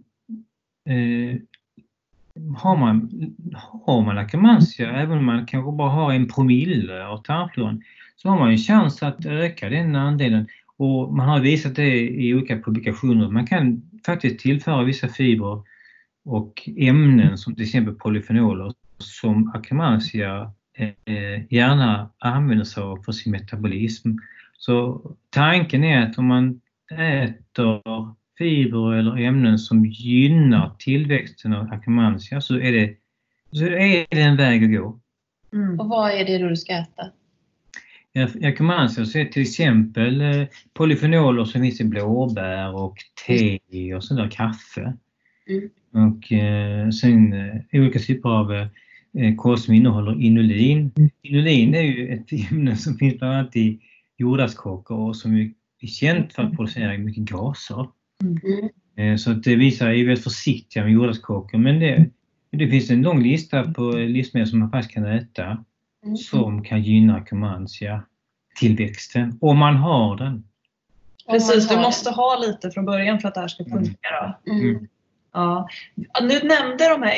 man Akkermansia, även om man kanske bara har 1% av tarmfloran, så har man en chans att öka den andelen. Och man har visat det i olika publikationer. Man kan faktiskt tillföra vissa fibrer och ämnen som till exempel polyfenoler som Akkermansia gärna använder sig av för sin metabolism. Så tanken är att om man äter fibrer eller ämnen som gynnar tillväxten av Akkermansia så är det en väg att gå. Och vad är det då du ska äta? Akkermansia så är till exempel polyfenoler som finns i blåbär och te och sånt där, kaffe. Och sen olika typer av kost som innehåller inulin. Inulin är ju ett ämne som finns bland annat i jordärtskockor och som är känt för att producera mycket gaser. Så att det visar att jag är väldigt försiktiga med jordärtskockor, men det finns en lång lista på livsmedel som man faktiskt kan äta som kan gynna Akkermansia tillväxten, om man har den. Precis, du måste ha lite från början för att det här ska funka. Ja. Nu nämnde de här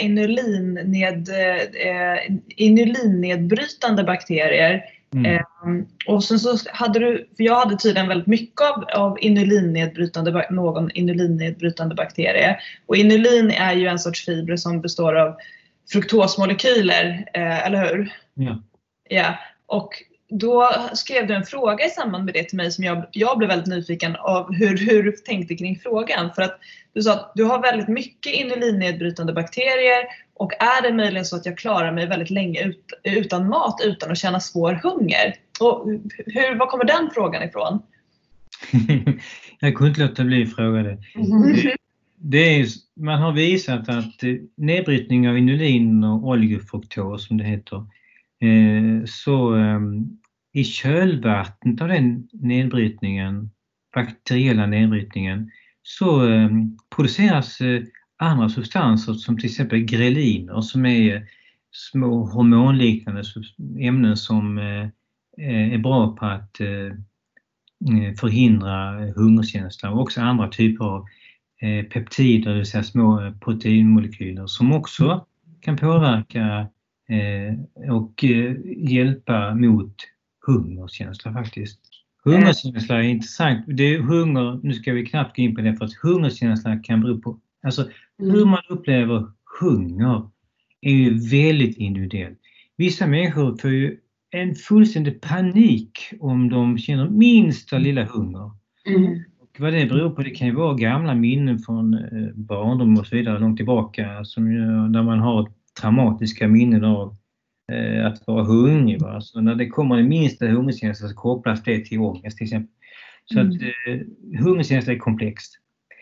inulinnedbrytande bakterier. Och sen så hade för jag hade tydligen väldigt mycket av någon inulinnedbrytande bakterie. Och inulin är ju en sorts fiber som består av fruktosmolekyler, eller hur? Ja. Och då skrev du en fråga i samband med det till mig som jag blev väldigt nyfiken av hur du tänkte kring frågan. För att du sa att du har väldigt mycket inulinnedbrytande bakterier, och är det möjligen så att jag klarar mig väldigt länge utan mat utan att känna svår hunger? Och var kommer den frågan ifrån? Jag kunde inte låta bli att fråga det. Man har visat att nedbrytning av inulin och oligofruktos som det heter, så i kölvattnet av den nedbrytningen, bakteriella nedbrytningen, så produceras andra substanser som till exempel greliner som är små hormonliknande ämnen som är bra på att förhindra hungerkänsla, och också andra typer av peptider, det vill säga små proteinmolekyler som också kan påverka och hjälpa mot hungerkänsla faktiskt. Hungerkänsla är intressant. Det är hunger, nu ska vi knappt gå in på det, för att hungerkänsla kan bero på, alltså hur man upplever hunger är ju väldigt individuellt. Vissa människor får ju en fullständig panik om de känner minsta lilla hunger. Och vad det beror på, det kan ju vara gamla minnen från barndom och så vidare långt tillbaka, där man har traumatiska minnen av att vara hungrig. Va? Så när det kommer en minsta hungerkänsla så kopplas det till ångest till exempel. Så att hungerkänsla är komplext.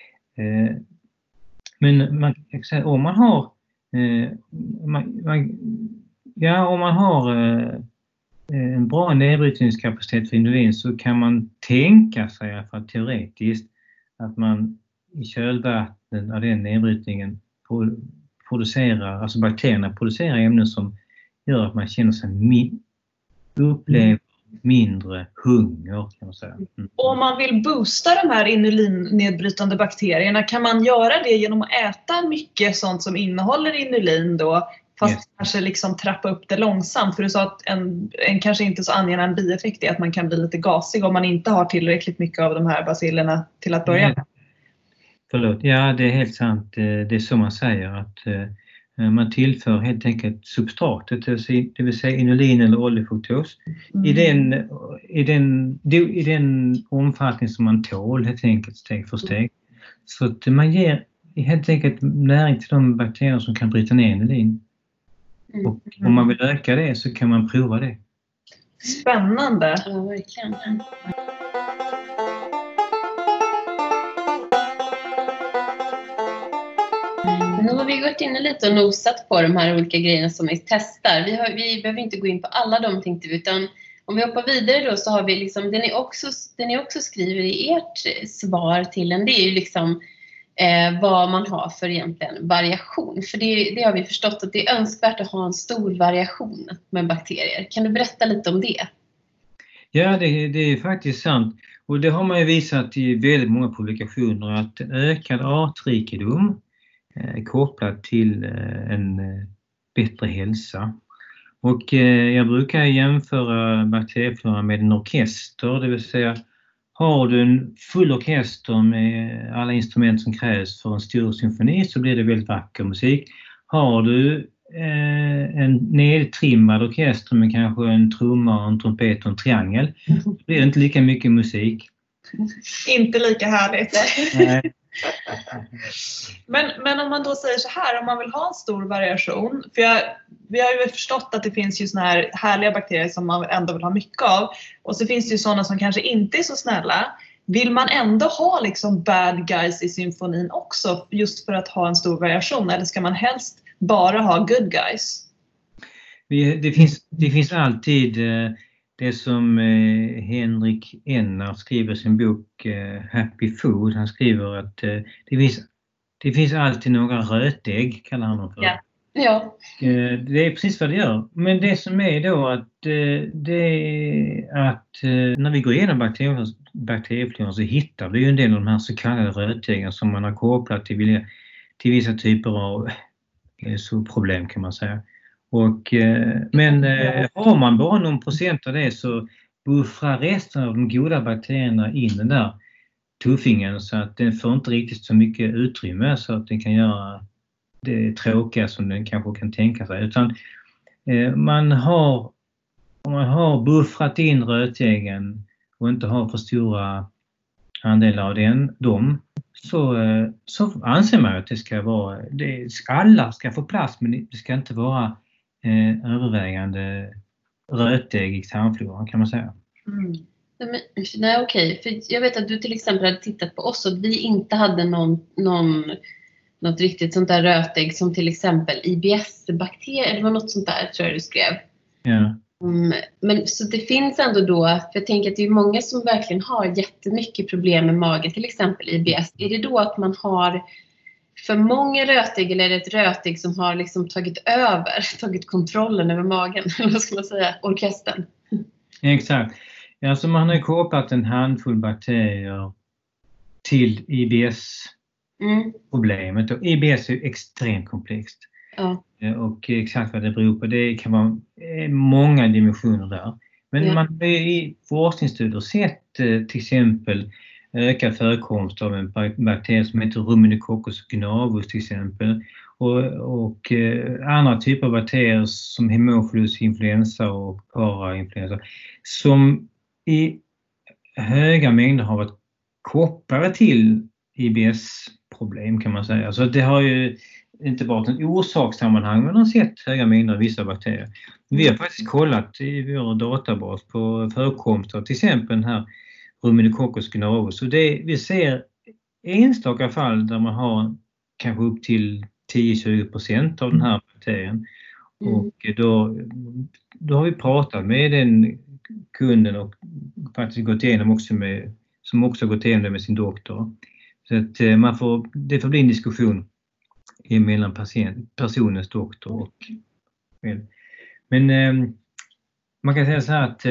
Men man kan säga, om man har en bra nedbrytningskapacitet för inulin, så kan man tänka sig, för teoretiskt, att man i kölvattnet av den nedbrytningen producerar, alltså bakterierna producerar ämnen som gör att man känner sig upplever mindre hunger, kan man säga. Om man vill boosta de här inulinnedbrytande bakterierna, kan man göra det genom att äta mycket sånt som innehåller inulin då, fast kanske liksom trappa upp det långsamt? För du sa att en kanske inte så angenäm bieffekt är att man kan bli lite gasig om man inte har tillräckligt mycket av de här bacillerna till att börja med. Förlåt, ja, det är helt sant. Det är så man säger, att man tillför helt enkelt substratet, det vill säga inulin eller oligofruktos, i den omfattning som man tål, helt enkelt, steg för steg. Så att man ger helt enkelt näring till de bakterier som kan bryta ner inulin. Och om man vill öka det så kan man prova det. Spännande! Ja, verkligen. Nu har vi gått in lite och nosat på de här olika grejerna som vi testar. Vi behöver inte gå in på alla de tänkte vi, utan om vi hoppar vidare då så har vi liksom, det ni också skriver i ert svar till en, det är ju liksom vad man har för egentligen variation. För det har vi förstått att det är önskvärt att ha en stor variation med bakterier. Kan du berätta lite om det? Ja, det är faktiskt sant. Och det har man ju visat i väldigt många publikationer att ökad artrikedom kopplat till en bättre hälsa. Och jag brukar jämföra bakteriefloran med en orkester, det vill säga har du en full orkester med alla instrument som krävs för en stor symfoni så blir det väldigt vacker musik. Har du en nedtrimmad orkester med kanske en trumma, en trumpet och en triangel så blir det inte lika mycket musik. Inte lika härligt. Nej. Men om man då säger så här, om man vill ha en stor variation, för vi har ju förstått att det finns ju såna här härliga bakterier som man ändå vill ha mycket av, och så finns det ju sådana som kanske inte är så snälla. Vill man ändå ha liksom bad guys i symfonin också just för att ha en stor variation, eller ska man helst bara ha good guys? Det finns alltid det som Henrik Ennar skriver i sin bok Happy Food. Han skriver att det finns alltid några rötägg, kallar han dem för. Ja. Ja. Det är precis vad det gör. Men det som är då att när vi går igenom bakteriefloran så hittar vi ju en del av de här så kallade rötäggen som man har kopplat till vissa typer av hälsoproblem kan man säga. Men har man bara någon procent av det så buffrar resten av de goda bakterierna in den där tuffingen så att den får inte riktigt så mycket utrymme så att den kan göra det tråkiga som den kanske kan tänka sig. Utan om man har buffrat in rötäggen och inte har för stora andelar av dem så anser man att det ska vara, alla ska få plats men det ska inte vara övervägande rötägg i tarmfloran kan man säga. Nej, okej. För jag vet att du till exempel hade tittat på oss och att vi inte hade något riktigt sånt där rötägg som till exempel IBS-bakterier, det var något sånt där tror jag du skrev. Ja. Men så det finns ändå då, för jag tänker att det är många som verkligen har jättemycket problem med magen, till exempel IBS. Är det då att man har för många rötägg eller är det ett rötägg som har liksom tagit kontrollen över magen, eller vad ska man säga, orkestern? Exakt. Alltså man har ju kopplat en handfull bakterier till IBS-problemet och IBS är ju extremt komplext. Ja. Och exakt vad det beror på, det kan vara många dimensioner där. Men man har i forskningsstudier sett till exempel ökad förekomst av en bakterie som heter Ruminococcus gnavus till exempel. Och andra typer av bakterier som Haemophilus influenza och parainfluenza som i höga mängder har varit kopplade till IBS-problem kan man säga. Så det har ju inte varit en orsakssammanhang men har sett höga mängder av vissa bakterier. Vi har faktiskt kollat i vår databas på förekomst av till exempel den här Ruminococcus gnavus. Och vi ser enstaka fall där man har kanske upp till 10-20% av den här bakterien. Och då har vi pratat med den kunden och faktiskt gått igenom också som också gått igenom det med sin doktor. Så att det får bli en diskussion mellan personens doktor och men man kan säga så här att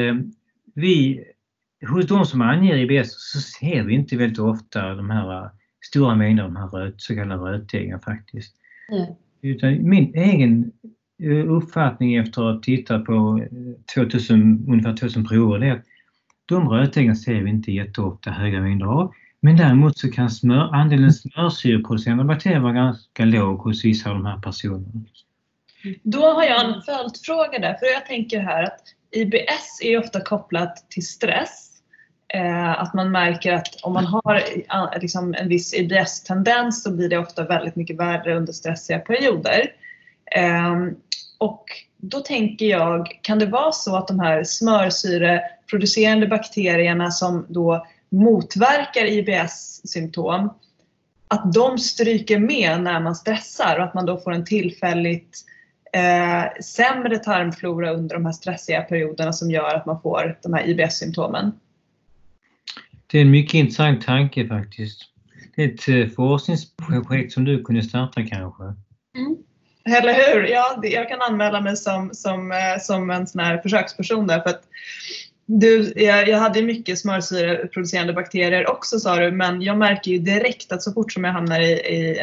hos de som anger IBS så ser vi inte väldigt ofta de här stora mängder av de här så kallade rötäggen faktiskt. Utan min egen uppfattning efter att titta på ungefär 1000 prover är att de rötäggen ser vi inte jätteofta höga mängder av. Men däremot så kan andelen smörsyreproducerande bakterier vara ganska låg hos vissa av de här personerna. Då har jag en följdfråga där, för jag tänker här att IBS är ofta kopplat till stress. Att man märker att om man har liksom en viss IBS-tendens så blir det ofta väldigt mycket värre under stressiga perioder. Och då tänker jag, kan det vara så att de här smörsyreproducerande bakterierna som då motverkar IBS-symptom, att de stryker med när man stressar och att man då får en tillfälligt sämre tarmflora under de här stressiga perioderna som gör att man får de här IBS-symptomen? Det är en mycket intressant tanke faktiskt. Det är ett forskningsprojekt som du kunde starta kanske. Eller hur? Ja, jag kan anmäla mig som en sån här försöksperson där. För att jag hade mycket smörsyreproducerande bakterier också, sa du. Men jag märker ju direkt att så fort som jag hamnar i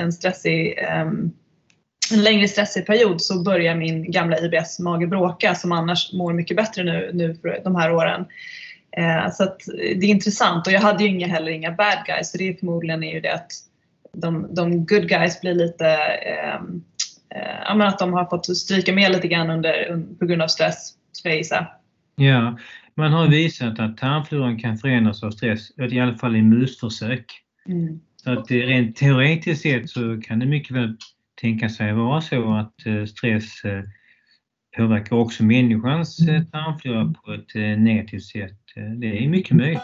en längre stressig period så börjar min gamla IBS-mage bråka, som annars mår mycket bättre nu för de här åren. Så att det är intressant, och jag hade ju heller inga bad guys, så det är förmodligen är ju det att de good guys blir lite att de har fått stryka med lite grann på grund av stress, ska jag gissa. Ja, man har visat att tarmfloran kan förändras av stress, i alla fall i musförsök. Så att rent teoretiskt sett så kan det mycket väl tänka sig vara så att stress påverkar också människans tarmflora på ett negativt sätt. Det är mycket möjligt.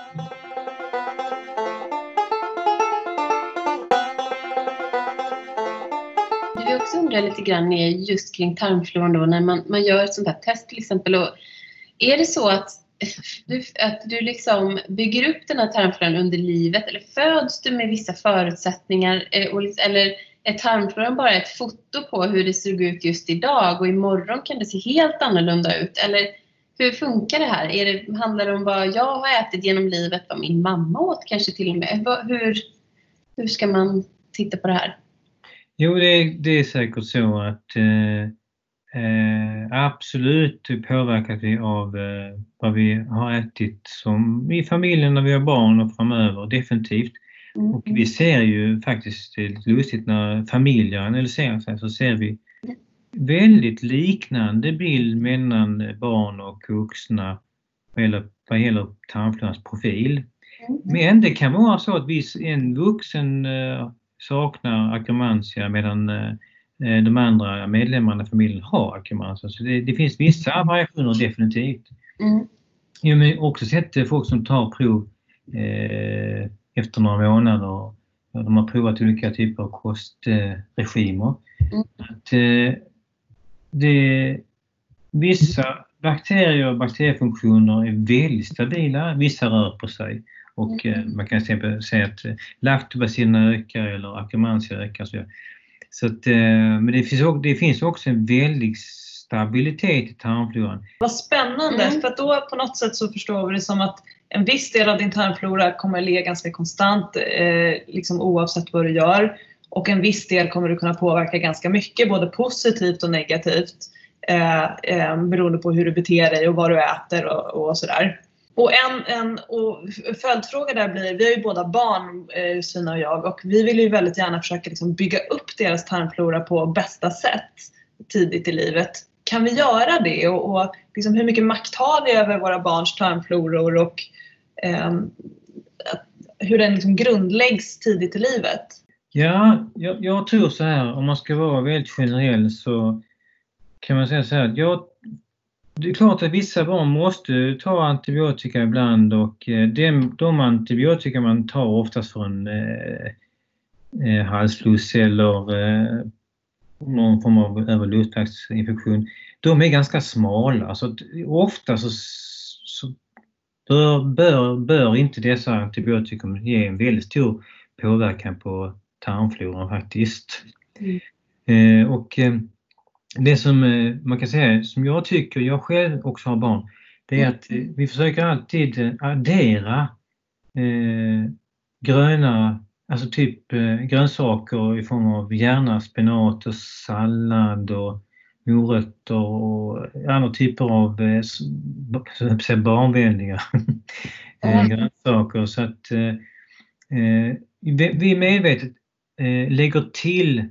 Jag också undrar lite grann just kring tarmfloran då, när man gör ett sånt här test till exempel. Och är det så att du liksom bygger upp den här tarmfloran under livet, eller föds du med vissa förutsättningar, eller är tarmfloran bara ett foto på hur det ser ut just idag och imorgon kan det se helt annorlunda ut? Eller hur funkar det här? Handlar det om vad jag har ätit genom livet, vad min mamma åt kanske till och med? Hur ska man titta på det här? Jo, det är säkert så att absolut påverkas vi av vad vi har ätit som i familjen när vi har barn och framöver, definitivt. Och vi ser ju faktiskt, det är lite lustigt, när familjer analyserar sig så ser vi väldigt liknande bild mellan barn och vuxna vad gäller tarmflorans profil. Men det kan vara så att en vuxen saknar akromantia medan de andra medlemmarna i familjen har akromantia. Så det finns vissa variationer definitivt. Jag har också sett folk som tar prov efter några månader. De har provat olika typer av kostregimer. Att vissa bakterier och bakteriefunktioner är väldigt stabila, vissa rör på sig. Och man kan till exempel säga att lactobacillerna ökar eller akromantia ökar. Så att, men det finns också en väldig stabilitet i tarmfloran. Vad spännande, för att då på något sätt så förstår vi det som att en viss del av din tarmflora kommer att ligga ganska konstant liksom oavsett vad du gör. Och en viss del kommer du kunna påverka ganska mycket, både positivt och negativt. Beroende på hur du beter dig och vad du äter och sådär. Och en följdfråga där blir, vi har ju båda barn, Stina och jag, och vi vill ju väldigt gärna försöka liksom bygga upp deras tarmflora på bästa sätt tidigt i livet. Kan vi göra det? Och liksom hur mycket makt har vi över våra barns tarmfloror och hur den liksom grundläggs tidigt i livet? Ja, jag tror så här, om man ska vara väldigt generell så kan man säga så här, det är klart att vissa barn måste ta antibiotika ibland, och de antibiotika man tar oftast för en halsfluss eller någon form av överluftvägsinfektion, de är ganska smala. Så ofta så bör inte dessa antibiotika ge en väldigt stor påverkan på tarmfloran faktiskt. Och det som man kan säga, som jag tycker, jag själv också har barn, det är att vi försöker alltid addera gröna, alltså typ grönsaker i form av gärna spenat och sallad och morötter och andra typer av barnvänliga grönsaker. Så att vi medvetet lägger till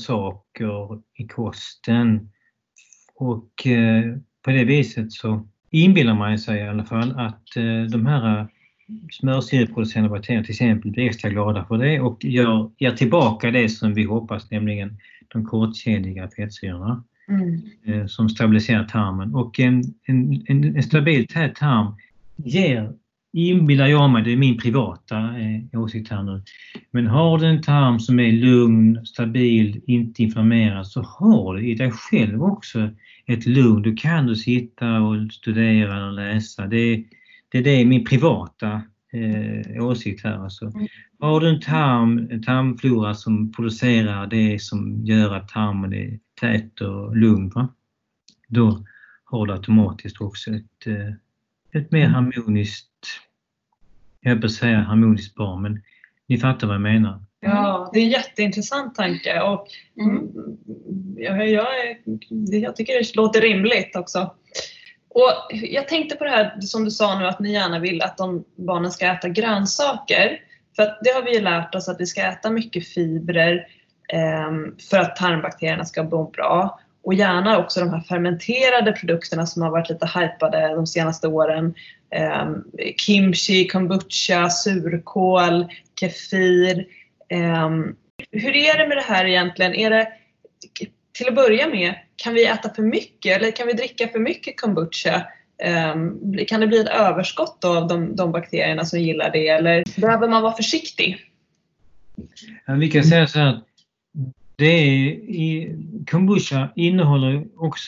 grönsaker i kosten, och på det viset så inbillar man sig i alla fall att de här smörsyreproducerande bakterierna till exempel blir extra glada för det och ger tillbaka det som vi hoppas, nämligen de kortkedjiga fettsyrorna som stabiliserar tarmen. Och en stabil tät tarm inbillar jag mig, det är min privata åsikt här nu, men har du en tarm som är lugn, stabil, inte inflammerad, så har du i dig själv också ett lugn. Du kan sitta och studera och läsa. Det är min privata åsikt här. Alltså. Har du en tarmflora som producerar det som gör att tarmen är tät och lugn, då har du automatiskt också ett mer harmoniskt, jag höll på att säga harmoniskt barn, men ni fattar vad jag menar. Ja, det är en jätteintressant tanke och jag tycker det låter rimligt också. Och jag tänkte på det här som du sa nu, att ni gärna vill att barnen ska äta grönsaker. För att det har vi ju lärt oss, att vi ska äta mycket fibrer för att tarmbakterierna ska må bra. Och gärna också de här fermenterade produkterna som har varit lite hypade de senaste åren. Kimchi, kombucha, surkål, kefir. Hur är det med det här egentligen? Är det, till att börja med, kan vi äta för mycket eller kan vi dricka för mycket kombucha? Kan det bli ett överskott av de bakterierna som gillar det, eller behöver man vara försiktig? Vi kan säga så här, kombucha innehåller också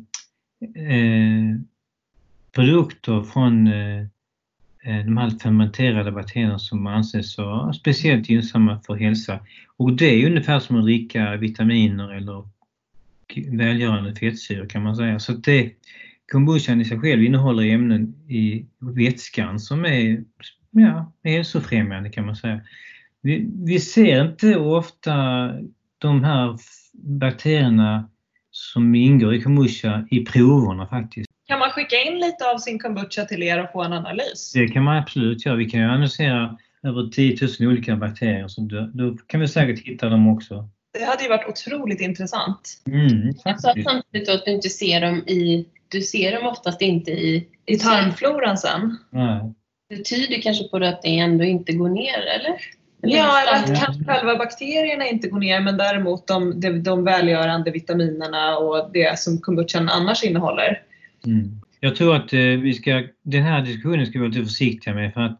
produkter från de här fermenterade bakterierna som anses så speciellt gynnsamma för hälsa. Och det är ungefär som att dricka vitaminer eller välgörande fettsyror, kan man säga. Så kombuchan i sig själv innehåller ämnen i vätskan som är hälsofrämjande, kan man säga. Vi ser inte ofta de här bakterierna som ingår i kombucha i proverna faktiskt. Kan man skicka in lite av sin kombucha till er och få en analys? Det kan man absolut göra. Vi kan ju analysera över 10 000 olika bakterier, så då kan vi säkert hitta dem också. Det hade ju varit otroligt intressant. Så samtidigt att du inte ser dem du ser dem oftast inte i tarmfloran sen. Nej. Det tyder kanske på att det ändå inte går ner, eller? Ja, eller att kanske själva bakterierna inte går ner, men däremot de välgörande vitaminerna och det som kombuchan annars innehåller. Jag tror att den här diskussionen ska vi vara lite försiktiga med, för att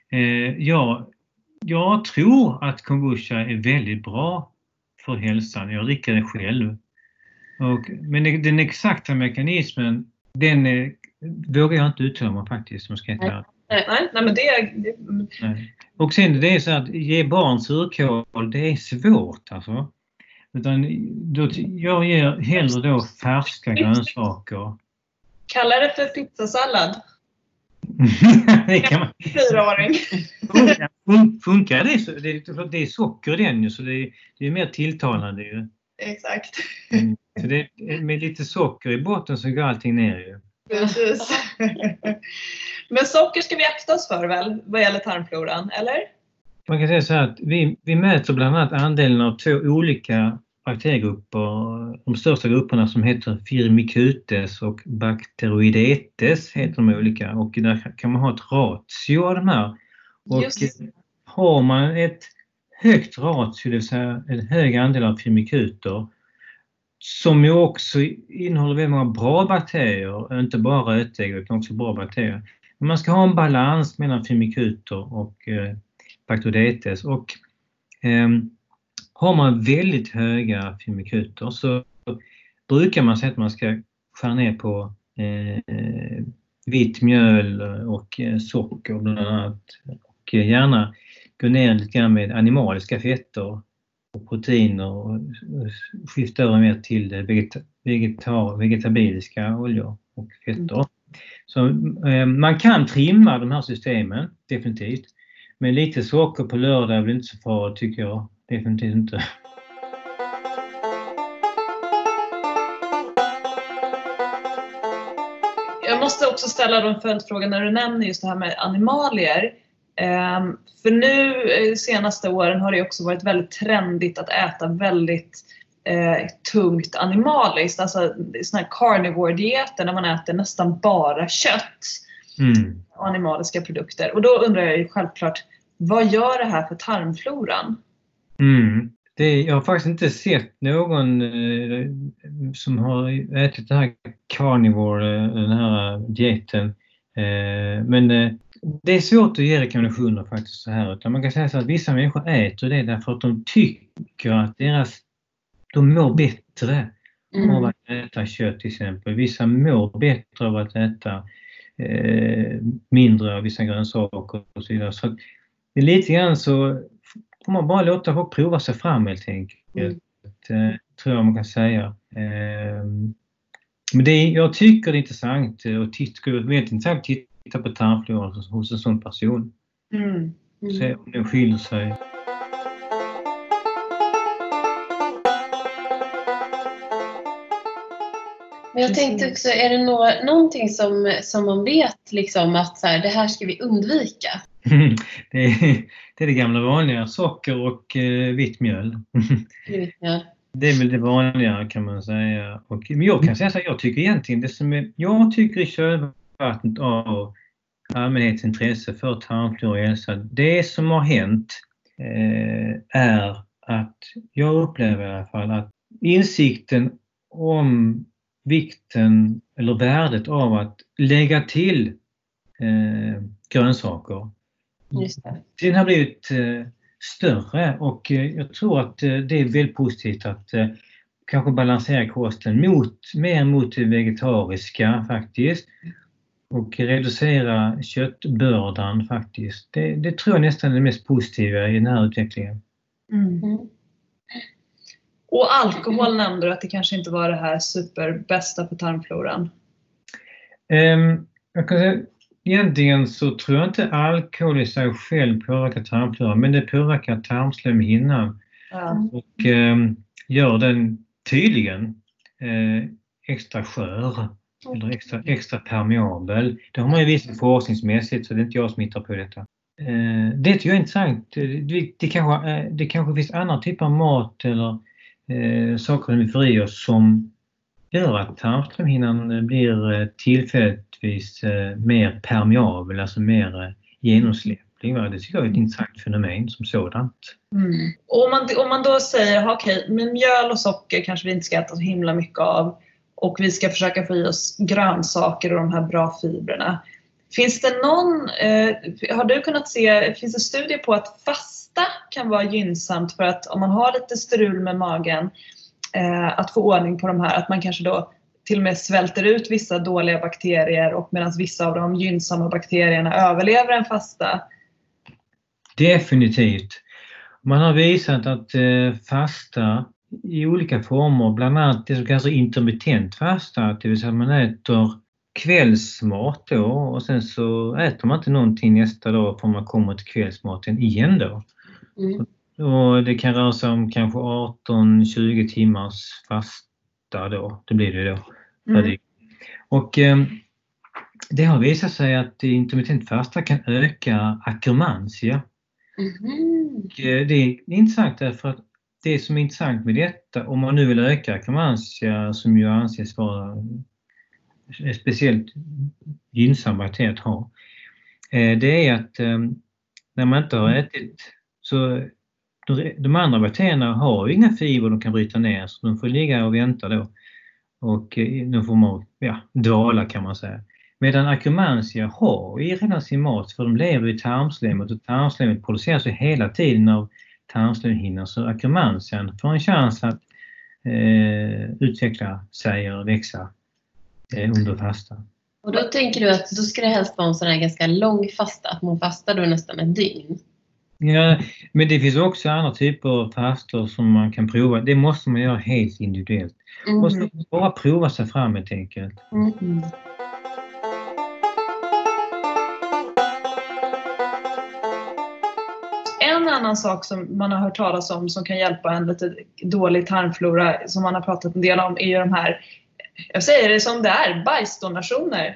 jag tror att kombucha är väldigt bra för hälsan. Jag dricker det själv. Men den exakta mekanismen, den vågar jag inte uttala mig faktiskt, som ska heta. Nej, men det... Nej. Och sen det är så att ge barn surkål, det är svårt alltså. Utan jag ger hellre då färska grönsaker. Kalla det för pizzasallad. Det kan man. 4-åring. Funkar det så? Det är socker i den ju, så det är mer tilltalande ju. Exakt. Så det är med lite socker i botten så går allting ner ju. Precis. Men socker ska vi akta oss för väl, vad gäller tarmfloran, eller? Man kan säga så här att vi mäter bland annat andelen av 2 olika bakteriegrupper. De största grupperna som heter Firmicutes och Bacteroidetes heter de olika. Och där kan man ha ett ratio av de här. Och har man ett högt ratio, det vill säga en hög andel av firmikuter, som ju också innehåller väldigt många bra bakterier, inte bara rötägg utan också bra bakterier. Men man ska ha en balans mellan firmikuter och Bacteroidetes, och har man väldigt höga firmikuter så brukar man säga att man ska skära ner på vitt mjöl och socker bland annat, och gärna gå ner lite grann med animaliska fetter och proteiner och skifta över mer till vegetabiliska oljor och fetter. Så man kan trimma de här systemen, definitivt. Men lite socker på lördag är väl inte så farligt, tycker jag. Definitivt inte. Jag måste också ställa en följdfråga när du nämner just det här med animalier. För nu senaste åren har det också varit väldigt trendigt att äta väldigt tungt animaliskt. Alltså såna här carnivore-dieter när man äter nästan bara kött och animaliska produkter. Och då undrar jag ju självklart, vad gör det här för tarmfloran? Jag har faktiskt inte sett någon som har ätit den här carnivore, den här dieten. Men det är svårt att ge rekommendationer faktiskt så här. Utan man kan säga så att vissa människor äter det därför att de tycker att de mår bättre av att äta kött till exempel. Vissa mår bättre av att äta mindre av vissa grönsaker och så vidare. Så det är lite grann så får man bara låta folk prova sig fram helt enkelt. Tror jag man kan säga. Men jag tycker det är intressant och titta på tarmfloran hos en sån person. Se om det skiljer sig. Men jag tänkte också, är det någonting som man vet liksom att så här, det här ska vi undvika? Det är det gamla vanliga, socker och vitt mjöl. Det är väl det vanliga kan man säga. Men jag kan säga så här, jag tycker egentligen jag tycker i kölvattnet av allmänhetens intresse för tarmflora och hälsa, det som har hänt är att jag upplever i alla fall att insikten om vikten eller värdet av att lägga till grönsaker. Just det. Den har blivit större och jag tror att det är väldigt positivt att kanske balansera kosten mer mot det vegetariska faktiskt och reducera köttbördan faktiskt. Det tror jag nästan är det mest positiva i den här utvecklingen. Och alkohol nämnde du att det kanske inte var det här superbästa för tarmfloran. Jag kan säga, egentligen så tror jag inte alkohol i sig själv påverkar tarmfloran, men det påverkar tarmslemhinnan och gör den tydligen extra skör eller extra permeabel. Det har man ju visat forskningsmässigt, så det är inte jag som hittar på detta. Det tycker jag är intressant. Det kanske finns andra typer av mat eller saker vi får i oss som gör att tarmslemhinnan blir tillfälligtvis mer permeabel, alltså mer genomsläpplig. Det tycker jag är ett intressant fenomen som sådant. Och om man då säger okej, men mjöl och socker kanske vi inte ska äta så himla mycket av och vi ska försöka få i oss grönsaker och de här bra fibrerna. Finns det har du kunnat se, finns det studier på att fasta kan vara gynnsamt för att om man har lite strul med magen att få ordning på de här, att man kanske då till och med svälter ut vissa dåliga bakterier och medan vissa av de gynnsamma bakterierna överlever en fasta? Definitivt. Man har visat att fasta i olika former, bland annat det som kallas intermittent fasta, det vill säga att man äter kvällsmat då och sen så äter man inte någonting nästa dag för man kommer till kvällsmaten igen då. Och det kan röra sig om kanske 18-20 timmars fasta då, det blir det då. Och det har visat sig att intermittent fasta kan öka akkermansia. Det är intressant därför att det som är intressant med detta, om man nu vill öka akkermansia som ju anses vara speciellt gynnsam bakterie att ha, det är att när man inte har ätit så de andra bakterierna har ju inga fibrer de kan bryta ner, så de får ligga och vänta då och nu får man dvala kan man säga. Medan akkermansia har ju redan sin mat, för de lever i tarmslemmet och tarmslemmet produceras ju hela tiden av tarmslemhinnan, så akkermansian får en chans att utveckla sig och växa under fasta. Och då tänker du att då ska det helst vara en sån här ganska lång fasta, att man fastar då nästan ett dygn? Ja, men det finns också andra typer av fastor som man kan prova. Det måste man göra helt individuellt. Och så bara prova sig fram helt enkelt. En annan sak som man har hört talas om som kan hjälpa en lite dålig tarmflora som man har pratat en del om är ju de här, jag säger det som det är, bajsdonationer.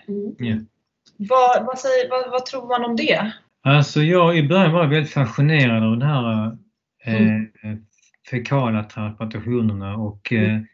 Vad tror man om det? Alltså jag i början var väldigt fascinerad av den här fekala transplantationerna och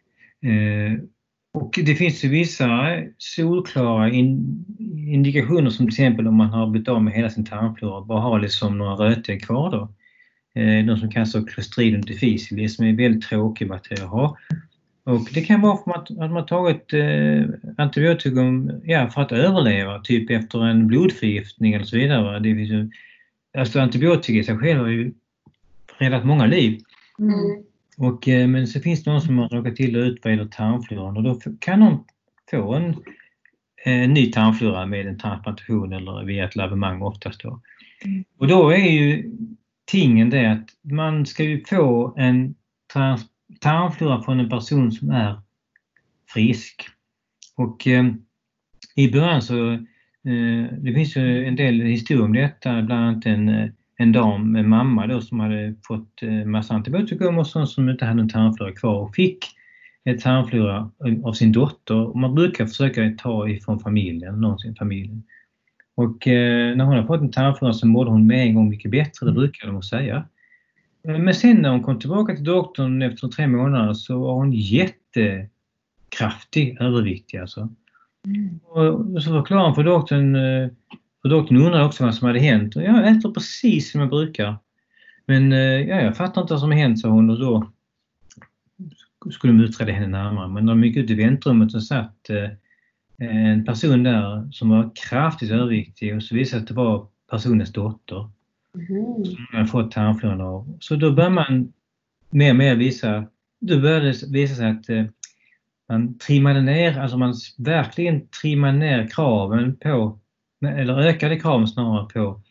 det finns ju vissa solklara indikationer, som till exempel om man har blivit av med hela sin tarmflora och bara har liksom några rötägg kvar då. De som kallas för Clostridium difficile, som är väldigt tråkig bakterier att ha. Och det kan vara för att man tagit antibiotikum för att överleva, typ efter en blodförgiftning eller så vidare. Det finns ju, alltså antibiotika i sig själv har ju räddat många liv. Och, men så finns det någon som har råkat till ut vad gäller tarmfloran, och då kan de få en ny tarmflora med en transplantation eller via ett lavemang oftast då. Och då är ju tingen det att man ska ju få en tarmflora från en person som är frisk. Och i början så det finns ju en del historier om detta, bland annat en dam, en mamma då, som hade fått massa antibiotikum och sånt, som inte hade en tarmflora kvar och fick ett tarmflora av sin dotter. Och man brukar försöka ta ifrån familjen, någonsin familjen. Och när hon har fått en tarmflora så mådde hon med en gång mycket bättre, det brukar de säga. Men sen när hon kom tillbaka till doktorn efter 3 månader så var hon jättekraftig, överviktig alltså. Och så förklarade hon för doktorn, undrade också vad som hade hänt. Och jag äter precis som jag brukar. Men jag fattar inte vad som har hänt, sa hon, och då skulle de utreda henne närmare. Men de gick ut i väntrummet och satt en person där som var kraftigt överviktig, och så visade att det var personens dotter. Som hade fått tarmfloran av. Så då började man mer och mer visa sig att man trimmade ner, alltså man verkligen trimmade ner kraven på, eller ökade kraven snarare på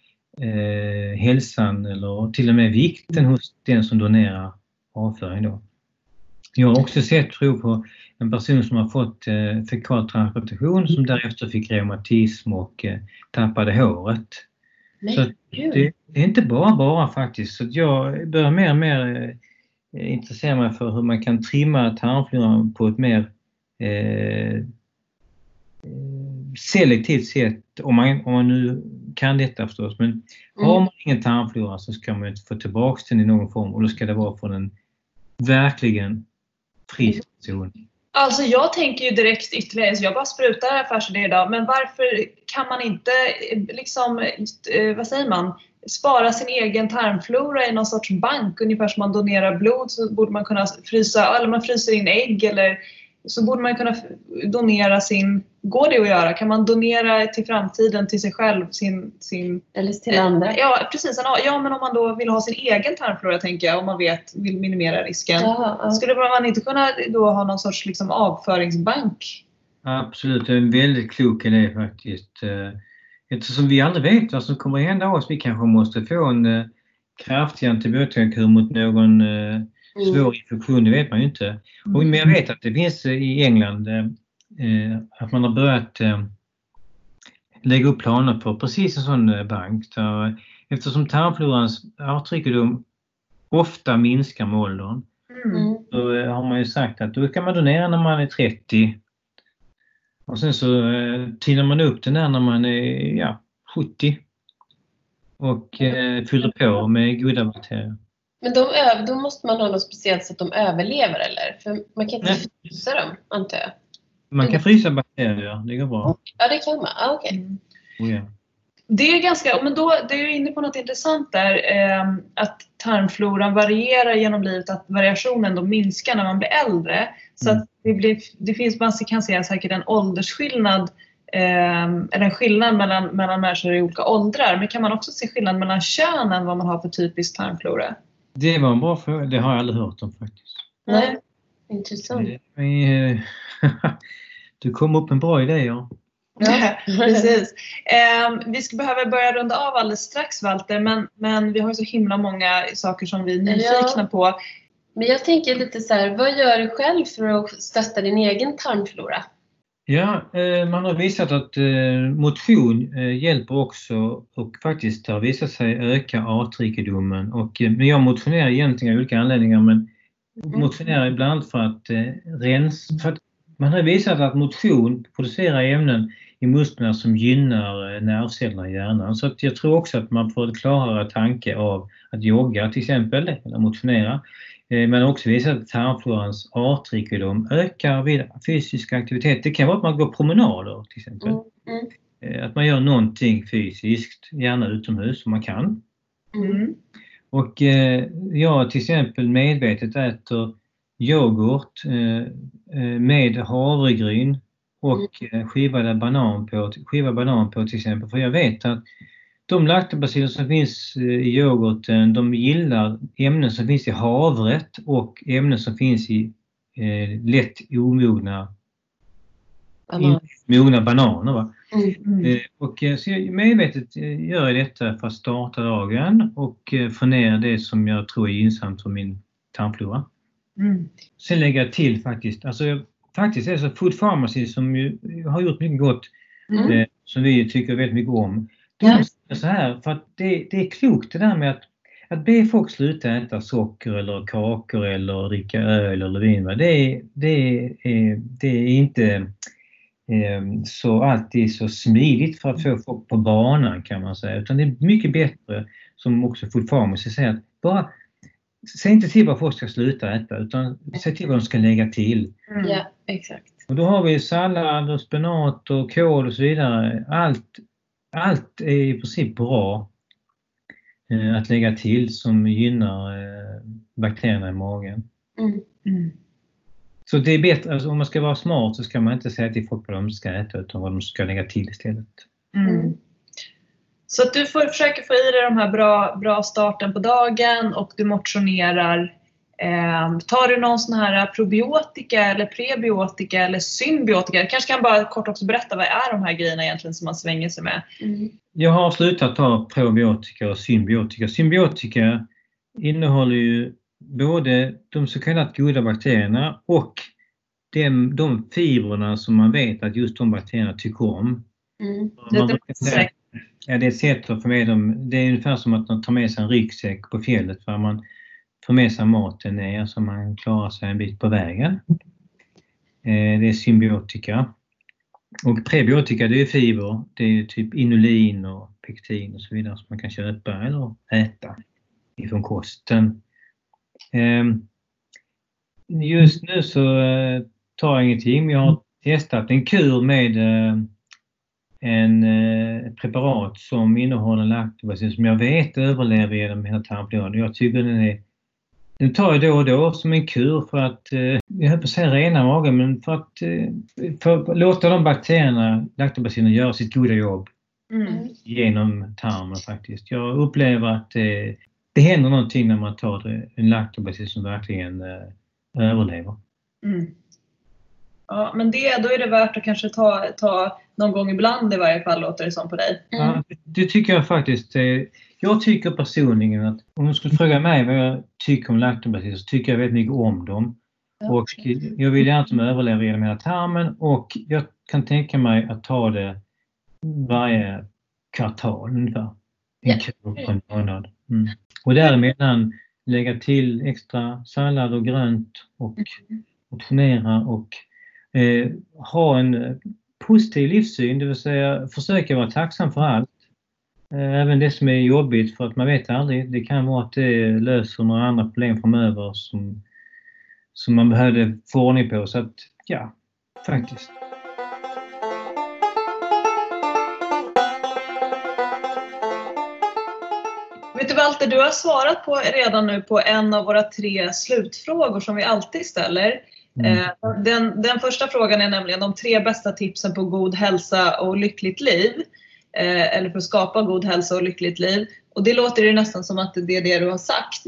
hälsan eller till och med vikten hos den som donerar avföring då. Jag har också sett prov på en person som har fått fekal transplantation som därefter fick reumatism och tappade håret. Så det är inte bara faktiskt. Så jag börjar mer och mer intressera mig för hur man kan trimma tarmfloran på ett mer selektivt sätt, om man nu kan detta förstås. Men har man ingen tarmflora så ska man få tillbaka den i någon form, och då ska det vara från en verkligen frisk person. Alltså jag tänker ju direkt ytterligare, så jag bara sprutar affärsidé idag, men varför kan man inte liksom, vad säger man, spara sin egen tarmflora i någon sorts bank, ungefär som man donerar blod, så borde man kunna frysa, eller man fryser in ägg, eller så borde man kunna donera sin, går det att göra? Kan man donera till framtiden till sig själv sin eller till andra? Ja, precis. Ja, men om man då vill ha sin egen tarmflora, tänker jag, om man vill minimera risken. Skulle man inte kunna då ha någon sorts liksom avföringsbank? Absolut, det är en väldigt klok idé faktiskt. Eftersom vi aldrig vet vad som kommer att hända oss, vi kanske måste få en kraftig antibiotikakur mot någon svår infektion, det vet man ju inte. Men jag vet att det finns i England att man har börjat lägga upp planer på precis en sån bank. Eftersom tarmflorans artrikedom ofta minskar med åldern, så har man ju sagt att då kan man donera när man är 30. Och sen så tinar man upp den där när man är 70. Och fyller på med goda bakterier. Men då måste man ha något speciellt så att de överlever, eller? För man kan inte frysa dem, antar jag. Man kan frysa bakterier, det går bra. Ja, det kan man. Okej. Det är ganska, men då, det är ju inne på något intressant där, att tarmfloran varierar genom livet, att variationen då minskar när man blir äldre. Så att det finns, man kan se säkert en åldersskillnad, eller en skillnad mellan människor i olika åldrar. Men kan man också se skillnad mellan könen, vad man har för typisk tarmflora? Det var en bra fråga, det har jag aldrig hört om faktiskt. Nej, intressant. Du kom upp med bra idéer. Ja, precis. Vi ska behöva börja runda av alldeles strax, Walter, men vi har ju så himla många saker som vi är nyfikna på. Men jag tänker lite så här, vad gör du själv för att stötta din egen tarmflora? Ja, man har visat att motion hjälper också, och faktiskt har visat sig öka artrikedomen. Men jag motionerar egentligen av olika anledningar, men motionerar ibland för att rensa. För att man har visat att motion producerar ämnen i musklerna som gynnar nervcellerna i hjärnan. Så att jag tror också att man får en klarare tanke av att jogga till exempel, eller motionera. Men också visat att tarmflorans artrikedom ökar vid fysisk aktivitet. Det kan vara att man går promenader till exempel. Att man gör någonting fysiskt, gärna utomhus om man kan. Och jag till exempel medvetet äter yoghurt med havregryn och skivad banan på till exempel. För jag vet att de laktobaciller som finns i yoghurten, de gillar ämnen som finns i havret och ämnen som finns i lätt omogna bananer. Va? Och så jag medvetet gör detta för att starta dagen och få ner det som jag tror är gynnsamt för min tarmflora. Sen lägger jag till faktiskt är det så Food Pharmacy som ju har gjort mycket gott som vi tycker väldigt mycket om. De säger så här, för att det är klokt det där med att be folk sluta äta socker eller kakor eller dricka öl eller vin. Va? Det är inte så alltid så smidigt för att få folk på banan kan man säga. Utan det är mycket bättre, som också Food Pharmacy säger, att bara säg inte till vad folk ska sluta äta utan säg till vad de ska lägga till. Ja, exakt. Och då har vi sallad och spenat och kål och så vidare. Allt är i princip bra att lägga till som gynnar bakterierna i magen. Så det är bättre, alltså om man ska vara smart så ska man inte säga till folk vad de ska äta utan vad de ska lägga till istället. Så att du försöker få i dig de här bra starten på dagen och du motionerar. Tar du någon sån här probiotika eller prebiotika eller symbiotika? Du kanske kan bara kort också berätta vad är de här grejerna egentligen som man svänger sig med? Jag har slutat ta probiotika och symbiotika. Symbiotika innehåller ju både de så kallade goda bakterierna och de fibrerna som man vet att just de bakterierna tycker om. Det är ett sätt att få med dem. Det är ungefär som att man tar med sig en ryggsäck på fjället för man får med sig maten ner så man klarar sig en bit på vägen. Det är symbiotika. Och prebiotika det är fiber. Det är typ inulin och pektin och så vidare som man kan köpa eller äta ifrån kosten. Just nu så tar jag ingenting. Men jag har testat en kur med en preparat som innehåller laktobaciller som jag vet överlever genom hela tarmfloran. Jag tycker den tar jag då och då som en kur för att, jag höll på att säga rena magen, men för att låta de bakterierna, laktobacillerna, göra sitt goda jobb genom tarmen faktiskt. Jag upplever att det händer någonting när man tar en laktobacil som verkligen överlever. Ja, men då är det värt att kanske ta någon gång ibland i varje fall, låter det som på dig. Ja, det tycker jag faktiskt. Jag tycker personligen att om du skulle fråga mig vad jag tycker om laktobaciller så tycker jag väldigt mycket om dem. Och jag vill gärna att de överlever genom hela tarmen och jag kan tänka mig att ta det varje kvartal ungefär. En kur på en månad. Och däremellan lägga till extra sallad och grönt och motionera och ha en positiv livssyn, det vill säga försöka vara tacksam för allt. Även det som är jobbigt, för att man vet aldrig. Det kan vara att det löser några andra problem framöver som man behövde få ordning på. Så att, ja, faktiskt. Vet du Walter, du har svarat på redan nu på en av våra 3 slutfrågor som vi alltid ställer. Den första frågan är nämligen de 3 bästa tipsen på god hälsa och lyckligt liv. Eller för att skapa god hälsa och lyckligt liv. Och det låter ju nästan som att det är det du har sagt.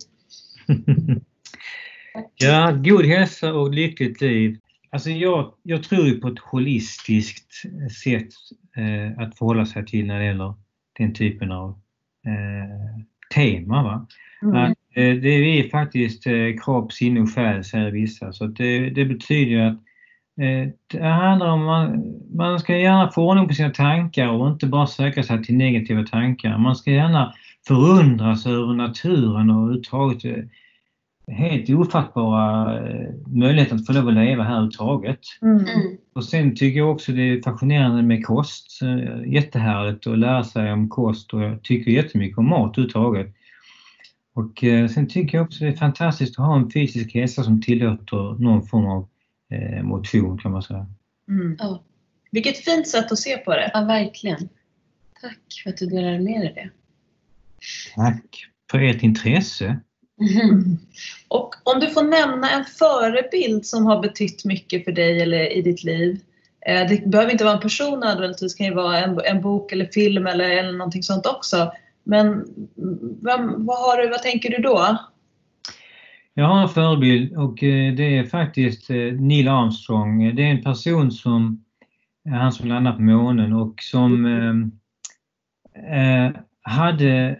Ja, god hälsa och lyckligt liv. Alltså jag tror ju på ett holistiskt sätt att förhålla sig till när det gäller den typen av tema. Va? Att, det är faktiskt kropp, sinne och själ, säger vissa. Så det betyder att det handlar om man ska gärna få ordning på sina tankar och inte bara söka sig till negativa tankar. Man ska gärna förundras över naturen och uttaget helt ofattbara möjligheter att få lov att leva här uttaget. Och sen tycker jag också det är fascinerande med kost. Jättehärligt att lära sig om kost och jag tycker jättemycket om mat uttaget. Och sen tycker jag också det är fantastiskt att ha en fysisk hälsa som tillåter någon form av motion, kan man säga. Ja. Vilket fint sätt att se på det. Ja, verkligen. Tack för att du delar med dig det. Tack för ert intresse. Och om du får nämna en förebild som har betytt mycket för dig eller i ditt liv. Det behöver inte vara en person nödvändigtvis, det kan ju vara en bok eller film eller någonting sånt också. Men vad tänker du då? Jag har en förebild och det är faktiskt Neil Armstrong. Det är en person som han som landade på månen och som hade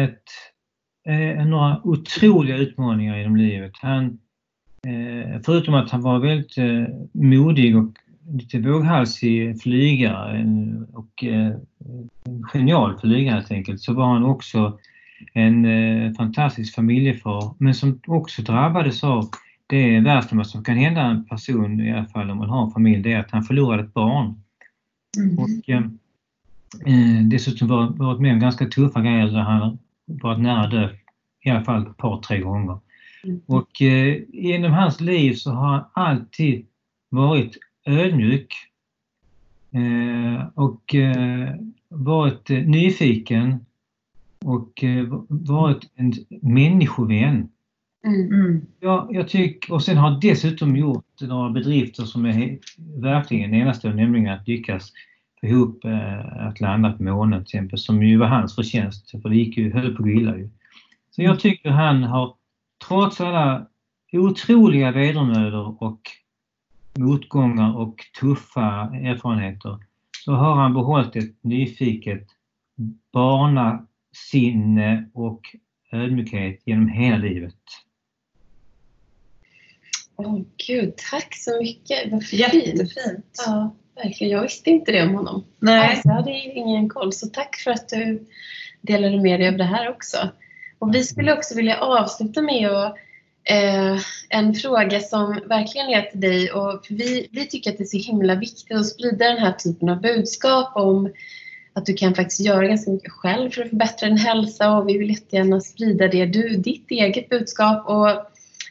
några otroliga utmaningar genom livet. Han, förutom att han var väldigt modig och lite våghalsig flygare och genial flygare helt enkelt, så var han också en fantastisk familjefar, men som också drabbades av det värsta som kan hända en person, i alla fall om man har en familj, det är att han förlorade ett barn. Och dessutom varit med om ganska tuffa grejer där han varit nära dö i alla fall ett par, 3 gånger. Och genom hans liv så har han alltid varit ödmjuk och varit nyfiken och varit en människovän. Jag tycker, och sen har dessutom gjort några bedrifter som är verkligen enastående, nämligen att lyckas få ihop att landa på månen till exempel, som ju var hans förtjänst, för det höll på att gå illa ju. Så jag tycker han har, trots alla otroliga vedermödor och motgångar och tuffa erfarenheter, så har han behållit ett nyfiket barnasinne och ödmjukhet genom hela livet. Åh gud, tack så mycket. Vad fint. Jättefint. Ja, verkligen. Jag visste inte det om honom. Nej. Alltså, jag hade ingen koll, så tack för att du delade med dig av det här också. Och vi skulle också vilja avsluta med en fråga som verkligen är till dig. Och vi tycker att det är så himla viktigt att sprida den här typen av budskap om att du kan faktiskt göra ganska mycket själv för att förbättra din hälsa. Och vi vill jättegärna sprida ditt eget budskap. Och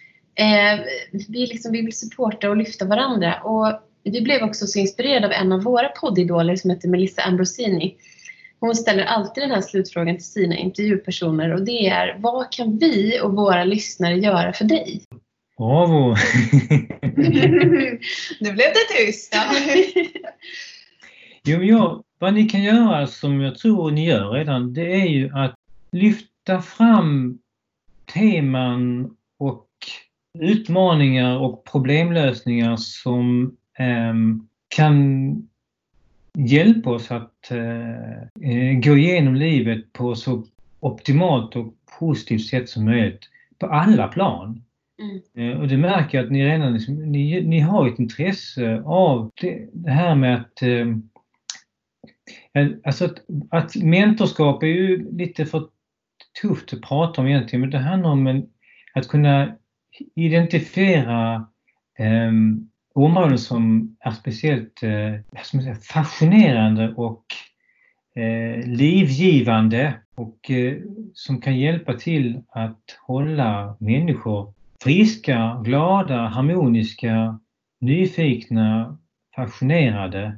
vi vill supporta och lyfta varandra. Och vi blev också så inspirerade av en av våra poddidoler som heter Melissa Ambrosini. Hon ställer alltid den här slutfrågan till sina intervjupersoner, och det är: vad kan vi och våra lyssnare göra för dig? Bravo! Nu blev det tyst. Jo, vad ni kan göra, som jag tror ni gör redan, det är ju att lyfta fram teman och utmaningar och problemlösningar som kan hjälpa oss att gå igenom livet på så optimalt och positivt sätt som möjligt på alla plan. Och det märker jag att ni redan ni har ett intresse av det här med att mentorskap är ju lite för tufft att prata om egentligen, men det handlar om att kunna identifiera områden som är speciellt fascinerande och livgivande och som kan hjälpa till att hålla människor friska, glada, harmoniska, nyfikna, fascinerade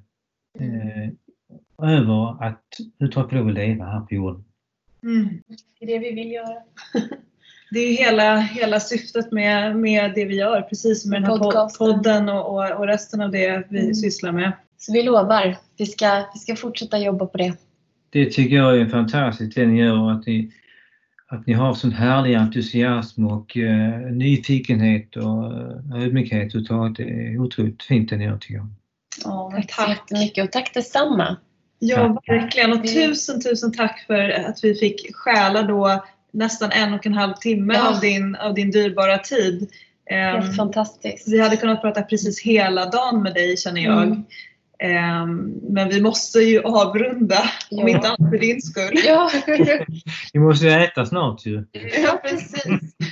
över att få lov att leva här på jorden. Det är det vi vill göra. Det är ju hela syftet med det vi gör, precis med den här podden och resten av det vi sysslar med. Så vi lovar, vi ska fortsätta jobba på det. Det tycker jag är fantastiskt det ni gör, att ni har sån härlig entusiasm och nyfikenhet och ödmjukhet. Det är otroligt fint det ni gör, tycker jag. Tack så jättemycket, och tack detsamma. Ja, verkligen. Och tusen tack för att vi fick stjäla då nästan 1,5 timme av din dyrbara tid. Helt fantastiskt. Vi hade kunnat prata precis hela dagen med dig, känner jag. Men vi måste ju avrunda, om inte annat för din skull. Ja. Vi måste äta snart ju. Ja, precis.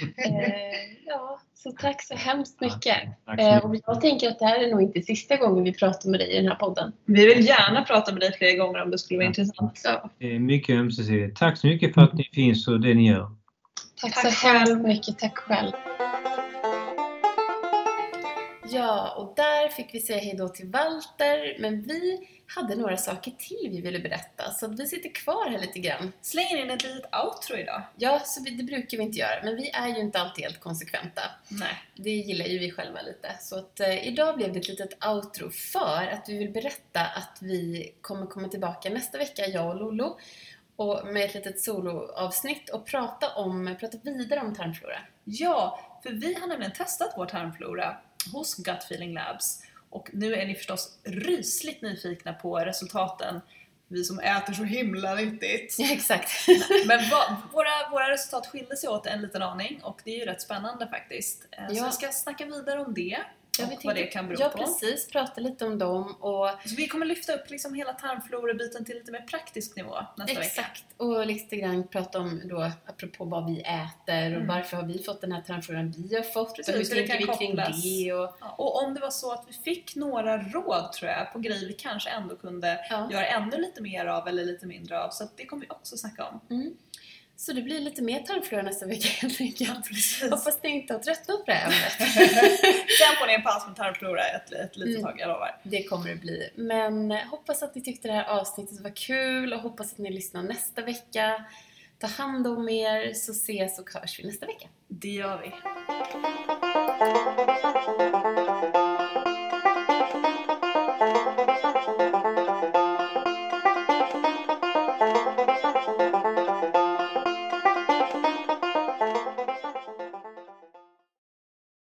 Så tack så hemskt mycket. Och jag tänker att det här är nog inte sista gången vi pratar med dig i den här podden. Vi vill gärna prata med dig fler gånger om det skulle vara intressant. Det är mycket ömsesidigt. Tack så mycket för att ni finns och det ni gör. Tack så hemskt mycket, tack själv. Ja, och där fick vi säga hej då till Walter, men vi hade några saker till vi ville berätta, så vi sitter kvar här lite grann. Slänger in ett litet outro idag. Ja, så det brukar vi inte göra, men vi är ju inte alltid helt konsekventa. Nej. Det gillar ju vi själva lite. Så att idag blev det ett litet outro för att vi vill berätta att vi kommer komma tillbaka nästa vecka, jag och Lolo, och med ett litet soloavsnitt och prata vidare om tarmflora. Ja, för vi har nämligen testat vår tarmflora hos Gut Feeling Labs. Och nu är ni förstås rysligt nyfikna på resultaten. Vi som äter så himla nyttigt. Ja, exakt. Men våra resultat skiljer sig åt en liten aning. Och det är ju rätt spännande faktiskt. Så vi ska snacka vidare om det. Och vad det kan bero på. Ja, precis. Prata lite om dem. Så vi kommer lyfta upp liksom hela tarmflora-biten till lite mer praktisk nivå nästa vecka. Exakt. Och lite grann prata om då, apropå vad vi äter och varför har vi fått den här tarmfloran vi har fått. Precis, och hur tänker vi kring det. Och om det var så att vi fick några råd, tror jag, på grejer vi kanske ändå kunde göra ännu lite mer av eller lite mindre av. Så att det kommer vi också snacka om. Mm. Så det blir lite mer tarmflora nästa vecka helt enkelt. Hoppas ni inte har tröttnat på det här ämnet. Sen får ni en paus med tarmflora ett litet tag, jag lovar. Det kommer det bli. Men hoppas att ni tyckte det här avsnittet var kul och hoppas att ni lyssnar nästa vecka. Ta hand om er, så ses och hörs vi nästa vecka. Det gör vi.